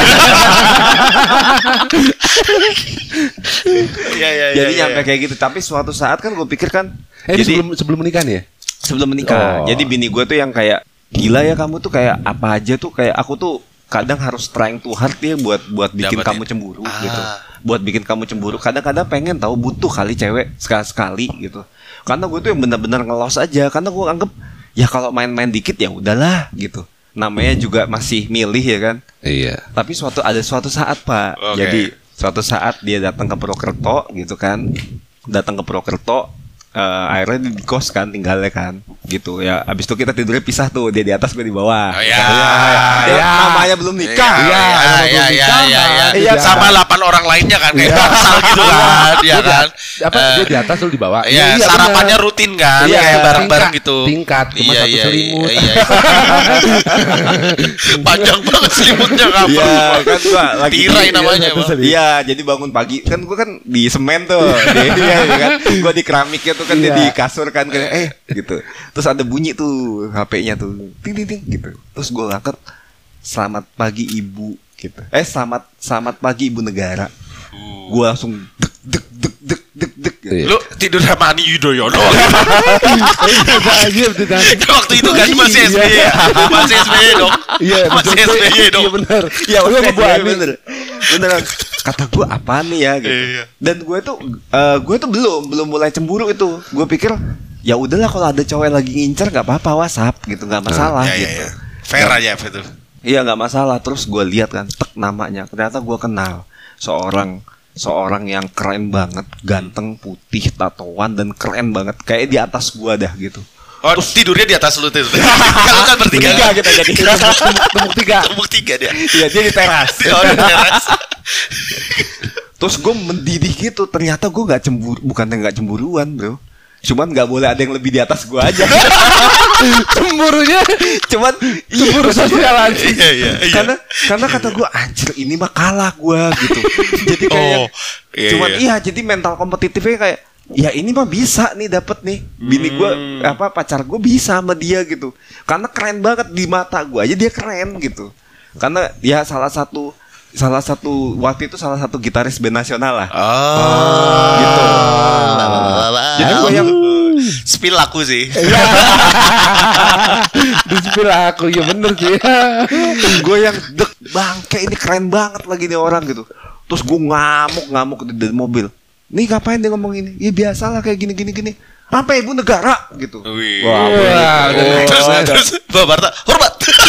Iya iya iya. Jadi ya, nyampe ya. kayak gitu. Tapi suatu saat kan gue pikir kan. Eh, jadi sebelum sebelum menikah nih ya? sebelum menikah. Oh. Jadi bini gue tuh yang kayak gila ya kamu tuh kayak apa aja tuh kayak aku tuh kadang harus trying too hard ya buat buat bikin Dapetin. kamu cemburu Ah. gitu. Buat bikin kamu cemburu. Kadang-kadang pengen tahu butuh kali cewek sekali-sekali gitu. Karena gue tuh yang benar-benar ngelos aja. Karena gue anggap ya kalau main-main dikit ya udahlah gitu. namanya juga masih milih ya kan. Iya. Tapi suatu ada suatu saat Pak, Oke. jadi suatu saat dia datang ke Purwokerto gitu kan, datang ke Purwokerto, eh, akhirnya di kos kan tinggalnya kan, gitu ya. Abis itu kita tidurnya pisah tuh, dia di atas gue di bawah. Oh, ya. Dia Ya. namanya belum nikah. Iya, Ya, iya, namanya iya, belum iya, nikah, iya, kan. iya. Iya, Sama delapan orang lainnya kan kayak bangsal gitu kan, dia kan. Apa Eh, dia di atas lu di bawah? Iya, benar. sarapannya rutin kan, Iya, kayak bareng-bareng tingkat, gitu. tingkat, cuma Iya, satu iya, selimut. iya, iya. Panjang banget selimutnya kapan? Iya, kan gua lagi Tirai di- namanya, iya, Bang. Iya, jadi bangun pagi kan gua kan di semen tuh. Di, iya, iya kan. Gua di keramiknya tuh kan dia Iya. di kasur kan kayak eh gitu. Terus ada bunyi tuh H P-nya tuh. Ting ting ting gitu. Terus gua ngangkat, "Selamat pagi Ibu." gitu. Eh, selamat selamat pagi Ibu Negara. Gua langsung dek dek dek dek dek dek. gitu. Iya. Lu tidur sama Ani Yudhoyono. Iya, betul, betul. Waktu itu kan masih S B Y ya. Masih S B Y dong. Iya, Masih betul. S B Y dong. Iya benar. Ya Lu udah sama gue Bu Ani. bener bener kata gue apaan nih ya gitu. Iya. Dan gue tuh eh, gue tuh belum belum mulai cemburu itu. Gue pikir ya udahlah kalau ada cowok yang lagi ngincer nggak apa-apa WhatsApp gitu nggak masalah Ya, ya, gitu. ya. Fair aja betul. Iya nggak masalah. Terus gue lihat kan tek namanya ternyata gue kenal seorang seorang yang keren banget, ganteng, putih, tatoan dan keren banget kayak di atas gue dah gitu. Oh, tidurnya di atas lu tuh. Kalau kan bertiga Tiga kan? kita jadi Tembok tiga. Tembok tiga dia. Iya dia di teras. Oh, di teras. Terus gue mendidih gitu. Ternyata gue nggak cemburu, bukannya nggak cemburuan bro. Cuman nggak boleh ada yang lebih di atas gue aja. Cemburunya Cuman cemburu sosial anjing. Iya, iya, iya. karena karena kata gue anjir ini mah kalah gue gitu. Jadi kayak Oh, iya, cuman iya. iya. Jadi mental kompetitifnya kayak ya ini mah bisa nih dapet nih. Bini gue Hmm. apa pacar gue bisa sama dia gitu. Karena keren banget di mata gue aja dia keren gitu. Karena ya salah satu salah satu waktu itu salah satu gitaris band nasional lah. Oh, Gitu. Jadi Jadi gue yang spill aku sih. Di spill aku ya bener sih. gue yang dek bangke ini keren banget lagi nih orang gitu. Terus gue ngamuk ngamuk di, di mobil. Nih ngapain dia ngomong ini? Ya biasalah kayak gini gini gini. Apa Ibu Negara gitu. Wih. Wah, Wah, bener. udah- Terus, Oh, terus Mbak Barta hormat.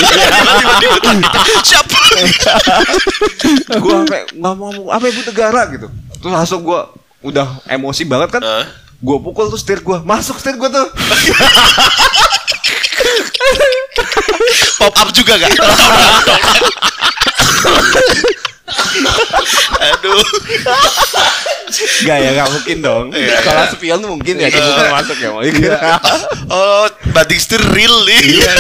Siap. gue sampai ngomong apa Ibu Negara gitu. Terus langsung gue udah emosi banget kan. Eh. Gue pukul tuh setir gue. Masuk setir gue tuh. Pop up juga gak? Aduh. Gak ya gak mungkin dong. Iya, Kalau iya. spion tuh mungkin ya kita bukan masuk ya. Oh, banting setir real nih.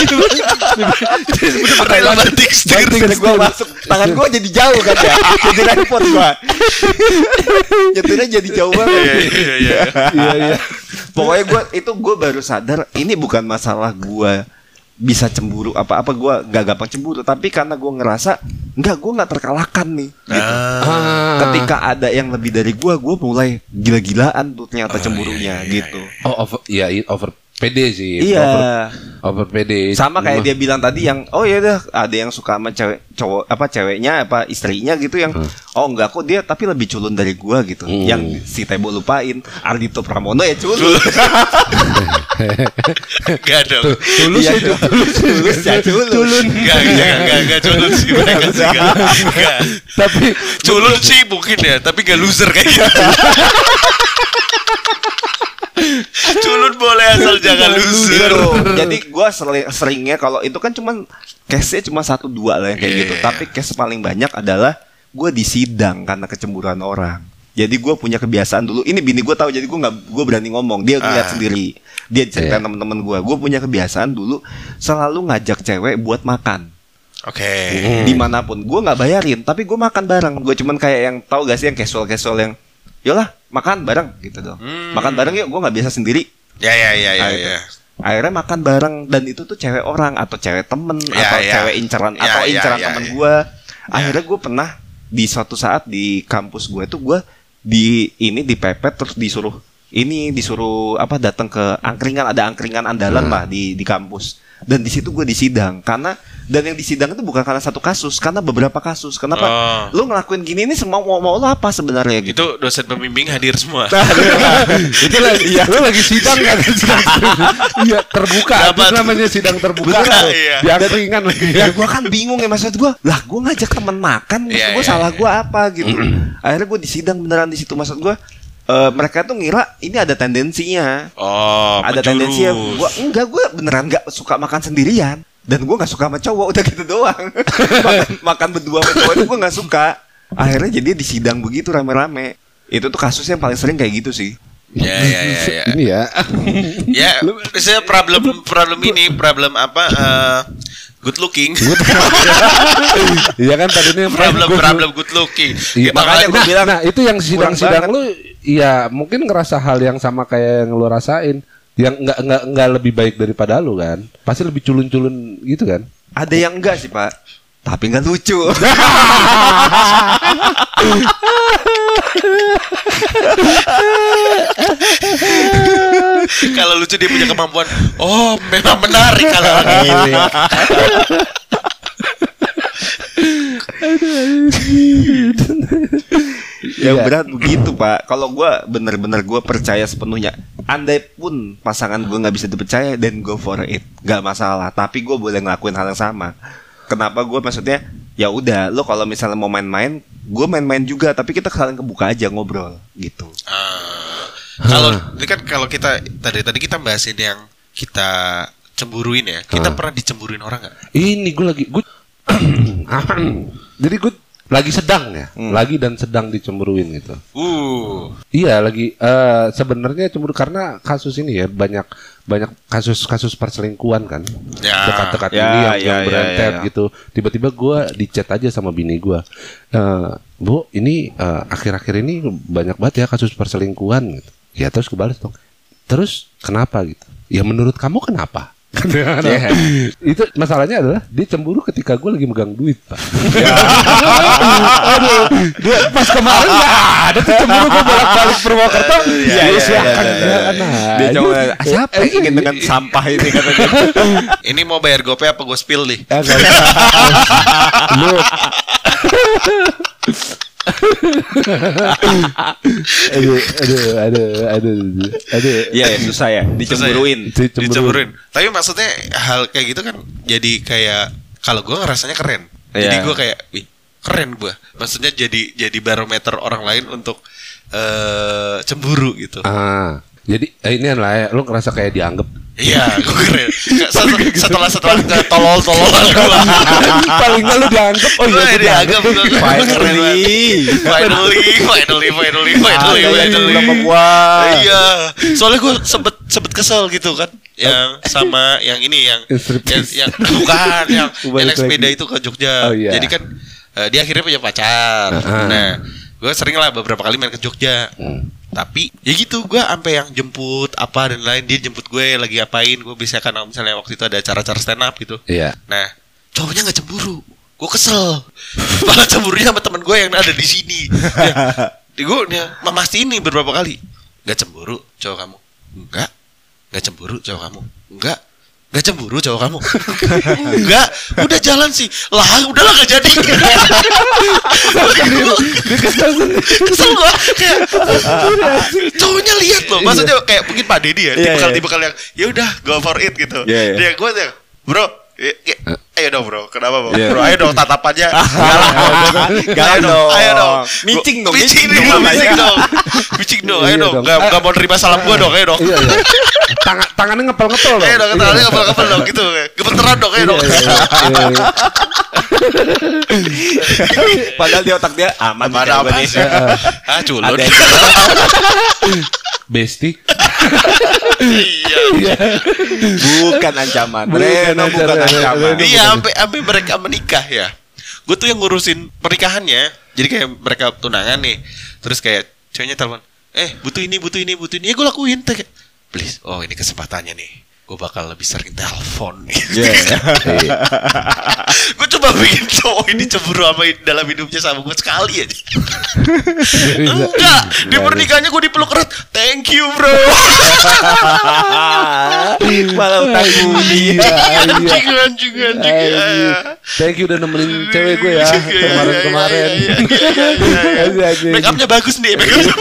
Real banting setir. Banting gue masuk. Tangan gue jadi jauh kan ya. Jadi repot gue. Nyetirnya jadi jauh banget. Iya, iya, iya. Iya iya. Pokoknya gue itu gue baru sadar ini bukan masalah gue bisa cemburu apa-apa, gue gak gampang cemburu, tapi karena gue ngerasa enggak, gue nggak terkalahkan nih gitu. Ah. Ketika ada yang lebih dari gue, gue mulai gila-gilaan tuh ternyata cemburunya gitu. Oh over iya i- over pede sih. Iya. Over, over pede. Sama kayak dia bilang tadi yang oh ya udah ada yang suka sama cewek cowok apa ceweknya apa istrinya gitu yang oh enggak kok dia tapi lebih culun dari gua gitu. Hmm. Yang si Tebo lupain Ardhito Pramono ya culun. Gak dong. Tulus Iya, itu. tulus ya culun. Gak, gak, gak, gak culun sih mereka sih. Gak. Gak. Tapi Culun sih mungkin ya, tapi gak loser kayak gitu. Culun boleh asal jangan loser. Gitu. Jadi gua sering, seringnya kalau itu kan cuman case-nya cuma satu dua lah yang kayak Iya, gitu. iya, Tapi case paling banyak adalah gua disidang karena kecemburuan orang. Jadi gua punya kebiasaan dulu. Ini bini gua tahu, jadi gua nggak gua berani ngomong. Dia ngeliat Ah. sendiri. Dia cerita Iya. teman-teman gua. Gua punya kebiasaan dulu selalu ngajak cewek buat makan. Oke. Dimanapun gua nggak bayarin, tapi gua makan bareng. Gua cuman kayak yang tahu gak sih yang casual-casual yang yolah makan bareng gitu dong. Hmm. Makan bareng yuk. Gua nggak biasa sendiri. Ya, ya, ya, ya, Nah, itu. ya. Akhirnya makan bareng dan itu tuh cewek orang atau cewek temen Ya, atau ya. cewek inceran Ya, atau ya, inceran ya, temen ya. gue. Akhirnya gue pernah di suatu saat di kampus gue tuh gue di ini dipepet terus disuruh ini disuruh apa datang ke angkringan, ada angkringan andalan lah di di kampus. Dan di situ gue disidang karena dan yang disidang itu bukan karena satu kasus, karena beberapa kasus. Kenapa? Oh. Lu ngelakuin gini ini semua mau mau lu apa sebenarnya gitu? Itu dosen pembimbing hadir semua. Itu lagi ya, lu lagi sidang kan? Iya, terbuka. Itu namanya sidang terbuka. Iya. Biar ringan lagi. Ya gue kan bingung ya maksud gue. Lah gue ngajak temen makan, maksud Iya, gue iya, salah iya. gue apa gitu. Akhirnya gue disidang beneran di situ, maksud gue. eh, mereka tuh ngira ini ada tendensinya. Oh, Ada menjurus. tendensinya. Gua enggak, gue beneran nggak suka makan sendirian. Dan gue nggak suka sama cowok, udah gitu doang. makan, makan berdua sama cowok itu gue nggak suka. Akhirnya jadi disidang begitu rame-rame. Itu tuh kasus yang paling sering kayak gitu sih. Ya, ya, ya, ya. Ini ya. Ya, saya problem problem ini problem apa? eh, good looking. Iya kan tadi ini problem problem good looking. Iya, Kita makanya kan- gua nah, bilang nah itu yang sidang-sidang banget. lu, iya mungkin ngerasa hal yang sama kayak yang lu rasain, yang nggak nggak nggak lebih baik daripada lu kan, pasti lebih culun-culun gitu kan? Ada yang enggak sih pak, tapi nggak lucu. kalau lucu dia punya kemampuan. Oh, memang menarik kalau ini. Yang Iya. berat begitu pak. Kalau gue bener-bener gue percaya sepenuhnya. Andai pun pasangan gue nggak bisa dipercaya, dan go for it, nggak masalah. Tapi gue boleh ngelakuin hal yang sama. Kenapa gue maksudnya? Ya udah, lo kalau misalnya mau main-main, gue main-main juga. Tapi kita saling kebuka aja ngobrol gitu. Ah, kalau ini kan kalau kita tadi tadi kita bahasin yang kita cemburuin ya. Kita Ah. pernah dicemburuin orang nggak? Ini gue lagi gue jadi gue lagi sedang ya, Hmm. lagi dan sedang dicemburuin gitu. Uh, Iya lagi eh, sebenarnya cemburu karena kasus ini ya, banyak banyak kasus-kasus perselingkuhan kan, Ya. dekat-dekat Ya, ini yang, ya, yang ya, berentet ya, ya. gitu. Tiba-tiba gue di chat aja sama bini gue, eh, Bu ini eh, akhir-akhir ini banyak banget ya kasus perselingkuhan gitu. Ya terus gue balas dong. Terus kenapa gitu? Ya menurut kamu kenapa? Yeah. Itu masalahnya adalah dia cemburu ketika gue lagi megang duit pak. Aduh, dia pas kemarin nggak ada tuh cemburu, gue bolak-balik Purwokerto. Iya, Ya, iya, silakan, iya, iya, silakan iya. aja. Dia cuma siapa yang ingin dengan sampah ini katanya. ini mau bayar gopay apa gue spill nih? Ya, nggak usah. Lu aduh, aduh, aduh, aduh, aduh. Iya ya susah ya, dicemburuin. Dicemburuin. Dicemburuin. Tapi maksudnya hal kayak gitu kan jadi kayak kalau gue ngerasanya keren. Jadi Iya. gue kayak, wih keren gue. Maksudnya jadi jadi barometer orang lain untuk eh cemburu gitu. Ah, jadi eh, ini lah ya, lu ngerasa kayak dianggap. Iya, gue keren. Setelah setelah setelah tolol tololan gue. Paling nggak lu dianggap. Oh iya, gua dianggap gue keren banget. Finally. Finally, finally, finally, finally, Ada yang finally. sama gua. Iya, soalnya gue sempet sempet kesel gitu kan, yang sama yang ini yang yang, Striptease. yang bukan yang Balik yang naik sepeda lagi. itu ke Jogja. Oh, iya. Jadi kan eh, dia akhirnya punya pacar. Uh-huh. Nah, gue sering lah beberapa kali main ke Jogja. Hmm. Tapi ya gitu gue sampai yang jemput apa dan lain, dia jemput gue lagi apain, gue bisa kan misalnya waktu itu ada acara-acara stand up gitu. Iya. Nah, cowoknya nggak cemburu, gue kesel. Malah cemburunya sama teman gue yang ada di sini. Di gue nih, mastiin nih beberapa kali. Gak cemburu cowok kamu? Enggak. Gak cemburu cowok kamu? Enggak. Gak cemburu cowok kamu? Enggak. Udah jalan sih. Lah, udahlah gak jadi. Kesel gue. Kayak cowoknya lihat loh. Maksudnya kayak mungkin Pak Deddy ya. Iya, Tipe-tipe iya. tipe yang ya udah go for it gitu. Iya, iya. Dia gue tuh, bro. eh, eh, Ayo dong bro, kenapa bro? Iya. Bro, ayo dong tatapannya. Galak Ayo dong. ayo dong. Micing dong, Micing micing dong, dong, micing makanya. dong. Micing dong, ayo Iya dong. dong. Gak, gak mau terima salam gue dong, ayo dong. Iya, iya. Tangan tangannya ngepel-ngepel dong. Ayo dong, ketangannya ngepel-ngepel dong gitu. Gemeteran dong, ayo Iya, dong. iya, iya, iya. Padahal di otak dia aman. Mana apa jawabannya. sih? Ah, culun. Ada yang Besti. Iya. bukan ancaman. Bukan Reno bukan ancaman. ancaman. Reno. Iya, sampai sampai mereka menikah ya. Gue tuh yang ngurusin pernikahannya. Jadi kayak mereka tunangan nih. Terus kayak ceweknya telepon, "Eh, butuh ini, butuh ini, butuh ini." Ya gue lakuin kayak, "Please, oh ini kesempatannya nih." gue bakal lebih sering telepon. Iya. Gue coba bikin cowok ini cemburu sama dalam hidupnya sama gue sekali aja. Enggak, di pernikahannya gue dipeluk erat. Thank you bro. Malah utang budi. Anjing anjing anjing. Thank you udah nemenin cewek gue ya kemarin-kemarin. Make upnya bagus nih.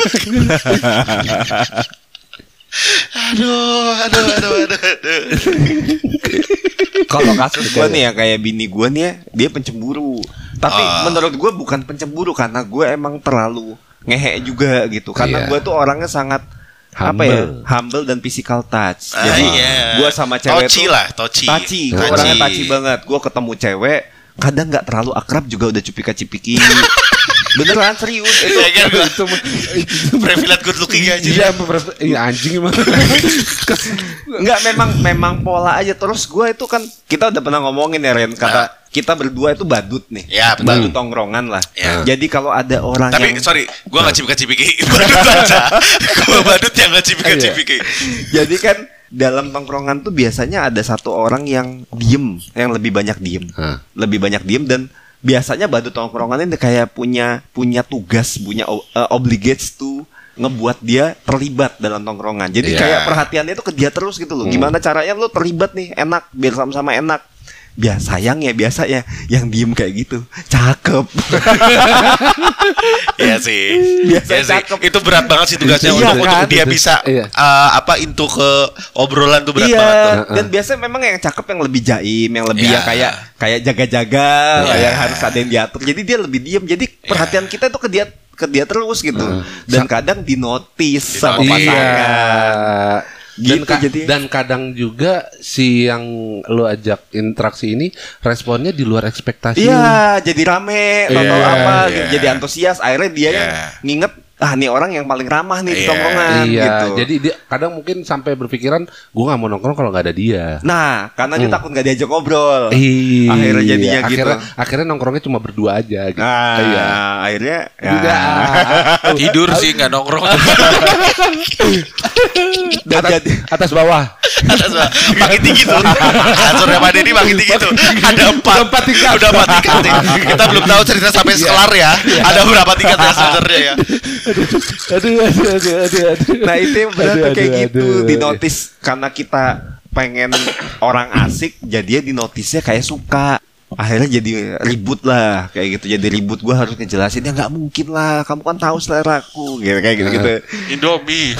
Aduh, aduh, aduh, aduh, aduh. Kalau kasus gue nih ya kayak bini gue nih ya, dia pencemburu. Tapi Ah. menurut gue bukan pencemburu karena gue emang terlalu ngehe juga gitu. Karena Iya. gue tuh orangnya sangat apa Humble. ya, humble dan physical touch. Ah, Jadi iya. gue sama cewek Toci tuh lah, toci. Taci, gue Taci. orangnya taci banget. Gue ketemu cewek, kadang nggak terlalu akrab juga udah cupika-cipiki. Beneran serius itu. Ya kan gua privilege good looking aja. Iya, beberapa- iya anjing emang. Enggak, memang memang pola aja. Terus gue itu kan kita udah pernah ngomongin ya Ren, kata kita berdua itu badut nih. Ya, betul. Badut tongkrongan lah. Ya. Jadi kalau ada orang Tapi yang sorry, gue gak cipika-cipiki. Badut aja. Gue badut yang gak cipika-cipiki. jadi kan dalam tongkrongan tuh biasanya ada satu orang yang diem, yang lebih banyak diem, Hah. lebih banyak diem dan biasanya badut tongkrongan ini kayak punya punya tugas, punya o- uh, obligates tuh ngebuat dia terlibat dalam tongkrongan. Jadi Iya. kayak perhatiannya tuh ke dia terus gitu loh. Gimana caranya lu terlibat nih enak biar sama-sama enak. Biasa sayang ya biasanya yang diem kayak gitu cakep. Iya sih. Biasa Iya sih. cakep. Itu berat banget sih tugasnya Iya untuk, kan? untuk dia bisa Iya. uh, apa into ke obrolan tuh berat Iya, banget. dan biasanya memang yang cakep yang lebih jaim, yang lebih Iya. ya kayak kayak jaga-jaga, Iya. kayak harus ada yang diatur. Jadi dia lebih diem. Jadi perhatian kita tuh ke dia ke dia terus gitu. Dan kadang dinotis sama Dinotis. pasangan. Dan, Gitu, ka- jadi- dan kadang juga si yang lo ajak interaksi ini responnya di luar ekspektasi. Iya, jadi rame atau Iya, apa, iya. gitu. Jadi antusias. Akhirnya dia yang Iya. nginget, ah nih orang yang paling ramah nih di Iya. tongkrongan Iya, gitu. jadi dia kadang mungkin sampai berpikiran gue nggak mau nongkrong kalau nggak ada dia. Nah, karena dia Hmm. takut nggak diajak ngobrol. Iya, Akhirnya jadinya gitu. akhirnya, akhirnya nongkrongnya cuma berdua aja. Gitu. Nah, Iya. akhirnya ya. Udah. Tidur sih nggak nongkrong. Dan atas, jadi atas bawah. Atas Pak. Makin tinggi tuh. Kasurnya Pak Denny makin tinggi tuh. Ada empat. Udah empat tingkat. Udah empat tingkat nih. Kita belum tahu cerita sampai sekelar ya. Ada berapa tingkat ya sebenarnya ya. Aduh, aduh, aduh, aduh, aduh. Nah itu yang benar Aduh, tuh kayak aduh, gitu aduh. dinotis karena kita pengen orang asik jadinya dinotisnya kayak suka akhirnya jadi ribut lah kayak gitu jadi ribut gue harus ngejelasin ya nggak mungkin lah kamu kan tahu seleraku gitu kayak gitu gitu. Indomie.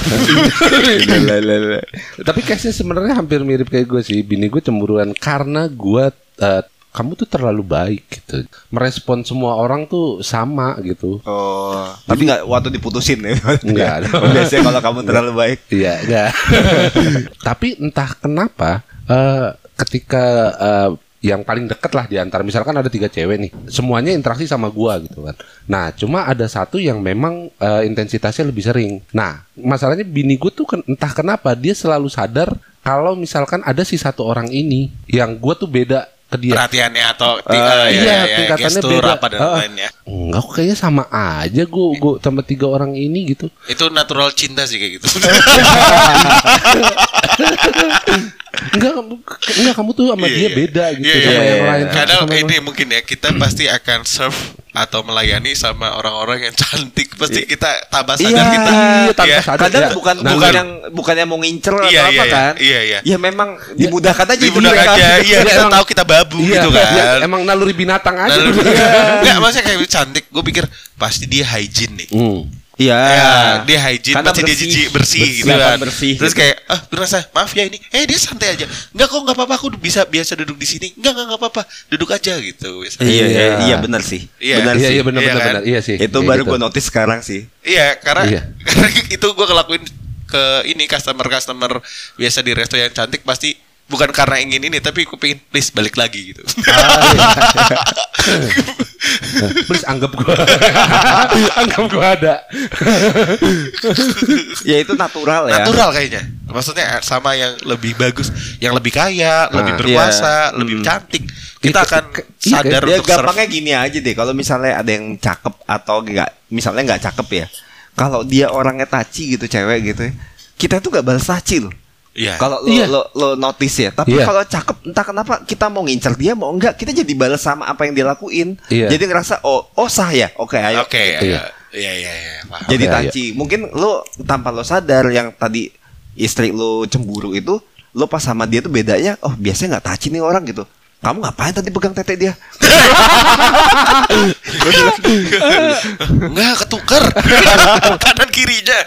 Tapi case-nya sebenarnya hampir mirip kayak gue sih. Bini gue cemburuan karena gue eh, kamu tuh terlalu baik gitu. Merespon semua orang tuh sama gitu. Oh tapi nggak waktu diputusin ya? Nggak. Biasanya kalau kamu terlalu baik. Iya, enggak. Tapi entah kenapa eh, ketika eh, yang paling deket lah di antara misalkan ada tiga cewek nih, semuanya interaksi sama gua gitu kan. Nah, cuma ada satu yang memang eh, intensitasnya lebih sering. Nah, masalahnya bini gua tuh ken- entah kenapa dia selalu sadar kalau misalkan ada si satu orang ini yang gua tuh beda ke dia. Perhatiannya atau ti- Ah, eh, iya, ya, ya, tingkatannya gestur beda. apa dan Ah, lainnya. Enggak, kok kayaknya sama aja gua gua sama tiga orang ini gitu. Itu natural cinta sih kayak gitu. Enggak, enggak kamu tuh sama dia beda gitu Iya, sama iya, yang iya. lain. Kadang Sama yang ini mungkin ya kita pasti akan serve atau melayani sama orang-orang yang cantik. Pasti kita tambah sadar Iya, kita. iya, tanpa Iya. sadar. Kadang ya. bukan Nah, bukan bukan- yang bukan yang mau ngincer atau Iya, apa iya, iya. kan? Iya, iya. Ya memang dimudahkan aja Dimudahkan mereka. aja. Iya, Dia kita emang- tahu kita babu Iya, gitu iya, kan. emang naluri binatang aja. Nah, gitu. enggak, maksudnya kayak cantik. Gue pikir pasti dia hygiene nih. Hmm. Iya. Ya, dia hygiene, Karena pasti dia bersih. jijik bersih, Bersih, gitu kan. bersih. Terus kayak, ah, berasa maaf ya ini, eh dia santai aja. Enggak kok, enggak apa-apa, aku bisa biasa duduk di sini. Enggak, enggak, enggak apa-apa, duduk aja gitu. Iya, Iya. iya, iya benar sih. Iya. Benar Iya, sih. iya benar Iya benar kan? benar. Iya sih. Itu Kayak baru gitu. gue notice sekarang sih. Iya, karena, Iya. karena itu gue ngelakuin ke ini customer-customer biasa di resto yang cantik pasti bukan karena ingin ini, tapi aku pengen please balik lagi gitu. Please anggap gua. Anggap gua ada. Ya itu natural ya. Natural kayaknya. Maksudnya sama yang lebih bagus, yang lebih kaya, lebih Ah, berkuasa, iya. lebih Hmm. cantik. Kita Itu- akan ke- iya, sadar Ya untuk serve. gampangnya gini aja deh. Kalau misalnya ada yang cakep atau enggak, misalnya nggak cakep ya. Kalau dia orangnya taci gitu, cewek gitu, ya, kita tuh nggak balas taci loh. Iya. Kalau lo, Iya. lo lo notice ya. Tapi Iya. kalau cakep entah kenapa kita mau ngincer dia mau enggak kita jadi balas sama apa yang dia lakuin. Iya. Jadi ngerasa oh oh sah ya. Oke ayo. Oke, Iya. iya, iya, iya, paham. Jadi Oke, tanci. Mungkin lo tanpa lo sadar yang tadi istri lo cemburu itu lo pas sama dia tuh bedanya. Oh biasanya nggak taci nih orang gitu. Kamu ngapain tadi pegang tete dia? Enggak ketuker. Kanan kirinya.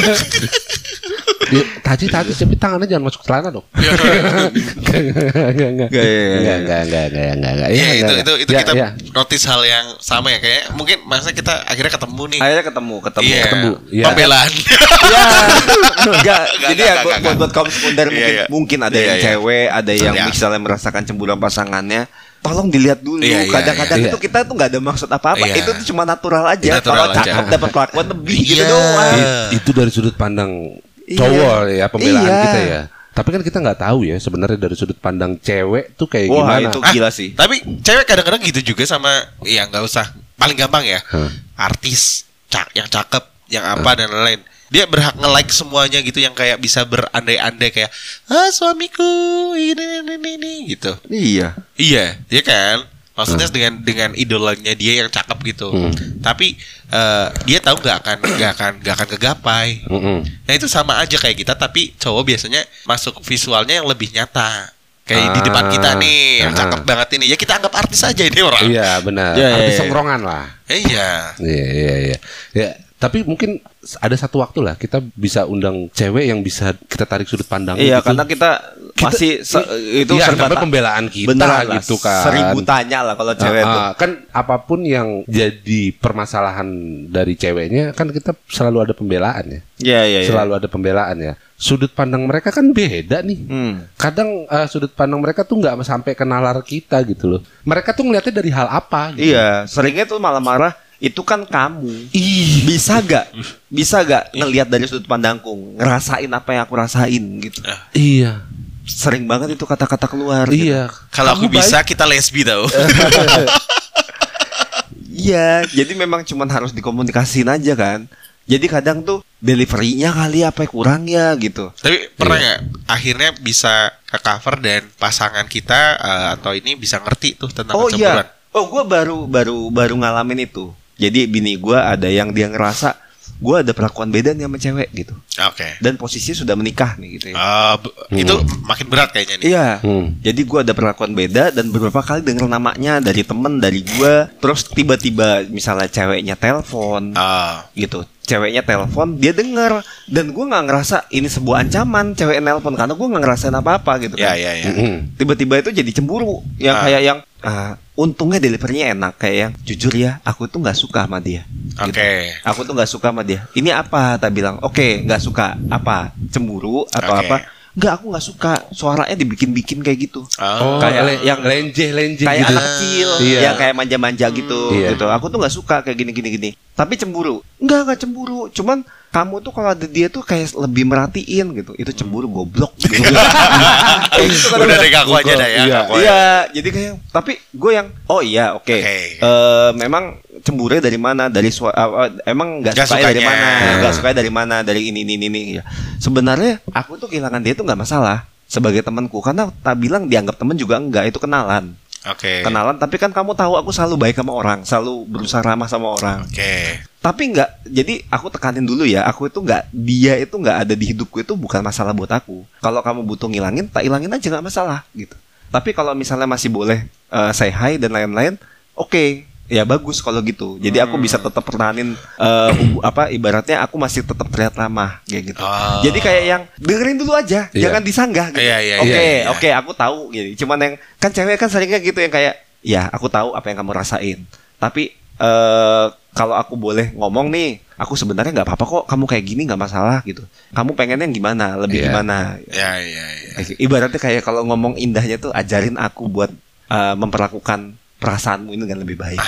Ya, taji taji tapi tangannya jangan masuk celana dong. Enggak enggak enggak. Nggak, Enggak ya, ya, ya. enggak enggak enggak enggak enggak. Iya, Iya, itu enggak, itu itu enggak. kita Ya, ya. notice hal yang sama ya kayak mungkin masa kita akhirnya ketemu nih. Akhirnya ketemu, ketemu, Iya, ketemu. Iya. Pembelaan. Ya, enggak. Jadi ya enggak, buat, enggak, buat, buat kaum sekunder Iya, mungkin iya. mungkin ada Iya, yang iya. cewek, ada yang Iya. misalnya merasakan cemburuan pasangannya. Tolong dilihat dulu. Iya, iya, Kadang-kadang iya. itu kita tuh nggak ada maksud apa-apa. Iya. Itu tuh cuma natural aja. Natural Kalau aja. cakep dapat kelakuan lebih gitu Iya. doang. It- itu dari sudut pandang Iya. cowok ya pembelaan Iya. kita ya. Tapi kan kita nggak tahu ya sebenarnya dari sudut pandang cewek tuh kayak Wah, gimana. itu Ah, gila sih. Tapi cewek kadang-kadang gitu juga sama ya nggak usah. Paling gampang ya. Hah. Artis cak yang cakep, yang apa dan lain-lain. Dia berhak nge-like semuanya gitu yang kayak bisa berandai-andai kayak ah suamiku ini ini ini, ini gitu. Iya. Iya, iya kan? Maksudnya dengan dengan idolanya dia yang cakep gitu. Hmm. Tapi eh, dia tahu nggak akan nggak akan nggak akan kegapai. Mm-mm. Nah itu sama aja kayak kita, tapi cowok biasanya masuk visualnya yang lebih nyata. Kayak di Ah. depan kita nih, yang Ah. cakep banget ini. Ya kita anggap artis aja ini orang. Iya benar. Iya, iya, Artis iya. songkrongan lah. Eh, iya. Iya iya iya. Ya, tapi mungkin ada satu waktu lah kita bisa undang cewek yang bisa kita tarik sudut pandang. Iya, gitu. karena kita masih se- itu Iya, serba namanya ta- pembelaan kita beneran lah, gitu kan. Seribu tanya lah kalau cewek Ah, itu. ah, kan apapun yang jadi permasalahan dari ceweknya kan kita selalu ada pembelaan ya. Iya, iya, iya. Selalu ada pembelaan ya. Sudut pandang mereka kan beda nih. Hmm. Kadang eh, sudut pandang mereka tuh nggak sampai ke nalar kita gitu loh. Mereka tuh ngeliatnya dari hal apa gitu. Iya, seringnya tuh malah marah. Itu kan kamu. Ih, Bisa gak? Bisa gak ngelihat dari sudut pandangku, ngerasain apa yang aku rasain gitu. iya. Sering banget itu kata-kata keluar. gitu. Iya. Kalau aku Kamu bisa baik. kita lesbi tau. Iya, jadi memang cuman harus dikomunikasiin aja kan. Jadi kadang tuh deliverynya kali apa yang kurang ya gitu. Tapi pernah Iya. nggak akhirnya bisa ke cover dan pasangan kita eh, atau ini bisa ngerti tuh tentang Oh kecemburuan? iya. Oh, gue baru baru baru ngalamin itu. Jadi bini gue ada yang dia ngerasa gue ada perlakuan beda nih sama cewek gitu. Oke. Dan posisinya sudah menikah nih gitu ya. Ah, bu- itu makin berat kayaknya nih. Iya. Hmm. Jadi gue ada perlakuan beda dan beberapa kali denger namanya dari temen dari gue. Terus tiba-tiba misalnya ceweknya telepon Ah, gitu. Ceweknya telepon dia denger dan gue nggak ngerasa ini sebuah ancaman cewek nelpon karena gue nggak ngerasain apa-apa gitu ya kan. ya ya. Mm-mm. Tiba-tiba itu jadi cemburu yang Ah. kayak yang ah, untungnya deliverynya enak kayak yang jujur ya aku tuh nggak suka sama dia. Oke. Gitu. Aku tuh nggak suka sama dia. Ini apa? Tak bilang oke nggak suka apa cemburu atau Oke. apa? Nggak aku nggak suka suaranya dibikin-bikin kayak gitu. Oh, Kayak le- yang- lenje lenje Kayak gitu. anak kecil Iya. yang kayak manja-manja gitu Iya. gitu. Aku tuh nggak suka kayak gini-gini gini. Tapi cemburu. Enggak, enggak cemburu. Cuman kamu tuh kalau ada dia tuh kayak lebih merhatiin gitu. Itu cemburu goblok gitu. Kayak gitu kan. Udah deh ngaku aja dah ya. Iya. ngaku aja. Iya, jadi kayak tapi gue yang oh iya oke. Oke. Eh, memang cemburunya dari mana? Dari sua- uh, uh, emang nggak Nggak suka dari sukanya. mana? Hmm. Nggak suka dari mana? Dari ini ini ini. ini. Ya. Sebenarnya aku tuh kehilangan dia tuh nggak masalah sebagai temanku karena tak bilang dianggap teman juga enggak, itu kenalan. Oke. Kenalan tapi kan kamu tahu aku selalu baik sama orang, selalu berusaha ramah sama orang. Oke. Tapi nggak, jadi aku tekanin dulu ya, aku itu nggak, dia itu nggak ada di hidupku itu bukan masalah buat aku. Kalau kamu butuh ngilangin, tak ilangin aja nggak masalah gitu. Tapi kalau misalnya masih boleh eh, say hi dan lain-lain, oke, ya bagus kalau gitu. Jadi aku bisa tetap pertahanin eh, hubu- apa ibaratnya aku masih tetap terlihat ramah kayak gitu. Oh. Jadi kayak yang dengerin dulu aja, Iya. jangan disanggah gitu. Iya, iya, Oke, iya, iya. oke, aku tahu gitu. Cuman yang kan cewek kan seringnya gitu yang kayak, ya aku tahu apa yang kamu rasain. Tapi eh kalau aku boleh ngomong nih, aku sebenarnya nggak apa-apa kok. Kamu kayak gini nggak masalah gitu. Kamu pengennya yang gimana? Lebih Iya. gimana? Ya ya ya. Ibaratnya kayak kalau ngomong indahnya tuh ajarin aku buat eh, memperlakukan perasaanmu ini dengan lebih baik.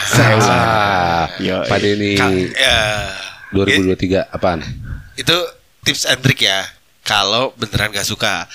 Ah, Yo, Pak Denny Ka- ya. dua ribu dua puluh tiga apaan? Itu tips and trick ya. Kalau beneran gak suka.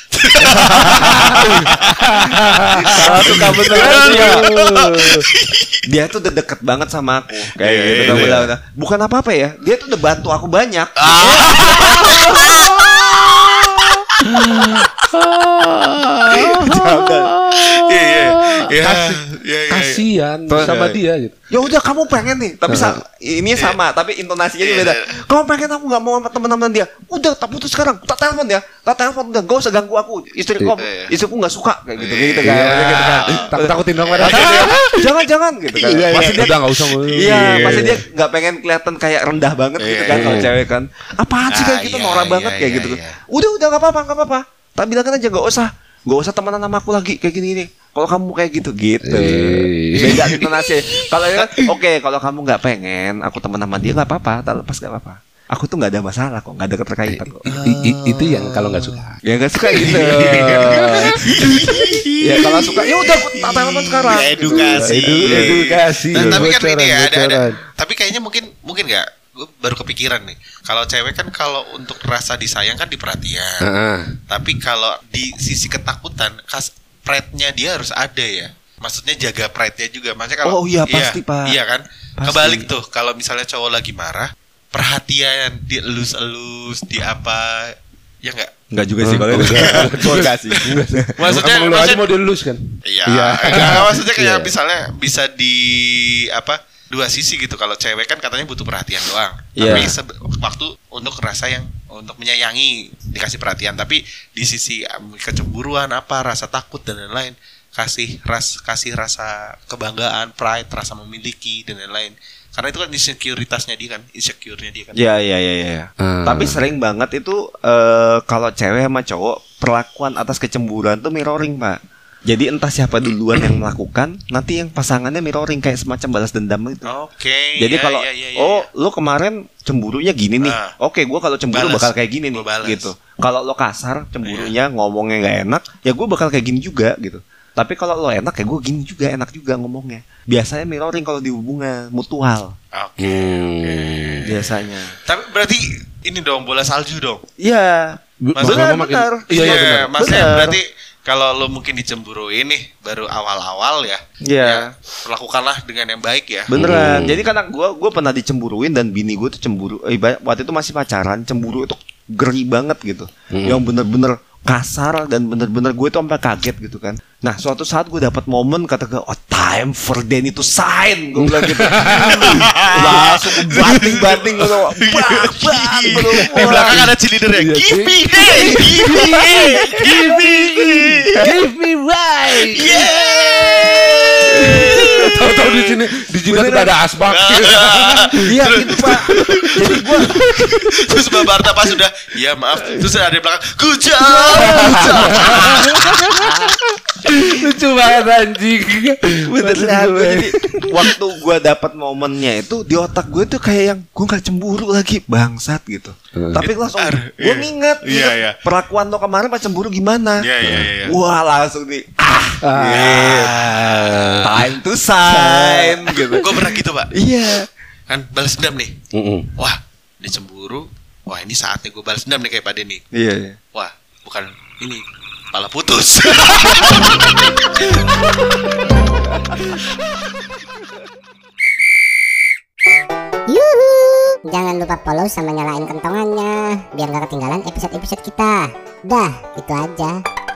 Kalau suka beneran dia, dia tuh udah deket banget sama aku kayak Iya, gitu. iya, Kamu iya. bilang, bukan apa-apa ya, dia tuh udah bantu aku banyak. Jangan. Iya iya. Iya. Kasih- Iya iya. Kasian Tuh, sama iya. dia gitu. Ya udah kamu pengen nih, tapi sa- ini sama, tapi intonasinya Iya, beda. iya. Kamu pengen aku nggak mau sama teman-teman dia. Udah, tak putus sekarang. Tak telepon ya, tak telepon udah. Gak usah ganggu aku. Istriku, Iya. istriku nggak suka kayak gitu, kayak gitu kan, Iya. Kayak gitu kan. Takut-takutin dong pada. Jangan-jangan gitu kan. Iya, Masih dia udah nggak usah. Iya, masih dia nggak pengen kelihatan kayak rendah banget gitu Iya, kan iya. kalau cewek kan. Apaan sih kayak Ah, gitu iya, norak iya, banget kayak iya, gitu. iya. Udah, udah nggak apa-apa, nggak apa-apa. Tak bilangin aja nggak usah, nggak usah temenan sama aku lagi kayak gini-gini. Kalau kamu kayak gitu gitu. Eh. Beda intonasi. Kalau ya kan, oke, kalau kamu nggak pengen aku teman sama dia nggak apa-apa, tak lepas nggak apa-apa. Aku tuh nggak ada masalah kok, nggak ada keterkaitan kok. I- i- itu yang kalau nggak suka. Ya nggak suka gitu. Ya kalau suka ya udah aku tak telepon sekarang. Ya, edukasi. Edu- edukasi. Nah, tapi kan Bocoran, ini ya ada, ada. bocoran. Tapi kayaknya mungkin mungkin nggak. Gue baru kepikiran nih. Kalau cewek kan kalau untuk rasa disayang kan di perhatian. Heeh. Tapi kalau di sisi ketakutan, kas pride-nya dia harus ada ya. Maksudnya jaga pride-nya juga. Maksudnya kalau Oh iya, pasti, Pak. Iya kan? Pasti. Kebalik tuh kalau misalnya cowok lagi marah, perhatian dielus-elus, di apa ya enggak? Enggak juga sih kalau itu. Enggak sih. Maksudnya Emang lu aja maksudnya mau dilus kan? Iya. Iya. Enggak, maksudnya kayak Iya. misalnya bisa di apa? Dua sisi gitu. Kalau cewek kan katanya butuh perhatian doang. Iya. Tapi sebe- waktu untuk rasa yang untuk menyayangi dikasih perhatian, tapi di sisi um, kecemburuan apa, rasa takut dan lain-lain, kasih ras kasih rasa kebanggaan, pride, rasa memiliki dan lain-lain. Karena itu kan insecuritasnya dia kan, insecure-nya dia kan. Iya iya iya iya. Hmm. Tapi sering banget itu eh, kalau cewek sama cowok perlakuan atas kecemburuan tuh mirroring, Pak. Jadi entah siapa duluan yang melakukan, nanti yang pasangannya mirroring kayak semacam balas dendam itu. Oke. Jadi ya, kalau ya, ya, ya, oh ya. lu kemarin cemburunya gini nih, Ah. oke gua kalau cemburu Balas. bakal kayak gini nih, Gua balas. gitu. Kalau lo kasar cemburunya ngomongnya nggak enak, ya gua bakal kayak gini juga gitu. Tapi kalau lo enak ya gua gini juga, enak juga ngomongnya. Biasanya mirroring kalau di hubungan mutual Oke. Hmm. biasanya. Tapi berarti ini dong bola salju dong. Iya. Maksudnya Benar makin- benar. Iya, iya, benar. Maksudnya Benar. berarti kalau lo mungkin dicemburuin nih baru awal-awal ya. Iya. Ya, lakukanlah dengan yang baik ya. Beneran. Hmm. Jadi karena gue gue pernah dicemburuin dan bini gue tuh cemburu. Eh, ibarat- waktu itu masih pacaran, cemburu itu geri banget gitu. Hmm. Yang bener-bener kasar dan bener-bener gue tuh sampai kaget gitu kan. Nah suatu saat gue dapat momen kata gue, oh time for Denny to sign. Gue bilang gitu. Langsung banting-banting gue tuh. Bang, bang, gue tuh, Di wah. belakang ada cheerleader ya. Iya, Give me, sih. hey, give me, hey, give me, Give me right. yeah. Tahu-tahu di sini di sini tuh ada asbak. Iya gitu pak. Jadi gue Terus Mbak Barta pas sudah, ya maaf. Terus ada di belakang, good job. Lucu banget anjing. beneran gue jadi waktu gue dapat momennya itu di otak gue tuh kayak yang gue nggak cemburu lagi bangsat gitu. Hmm. Tapi langsung Ar- gue iya. nginget, Iya, nginget iya. perlakuan lo kemarin pas cemburu gimana? Iya, iya, iya, iya. Wah langsung nih ah Ah. time to sign gitu. Gue pernah gitu Pak. Iya. Kan balas dendam nih. Mm-mm. Wah, dia cemburu. Wah ini saatnya gue balas dendam nih kayak Pak Denny. Iya. Iya. Wah, bukan ini, kepala putus. Yuhu! Jangan lupa follow sama nyalain kentongannya biar gak ketinggalan episode-episode kita. Dah, itu aja.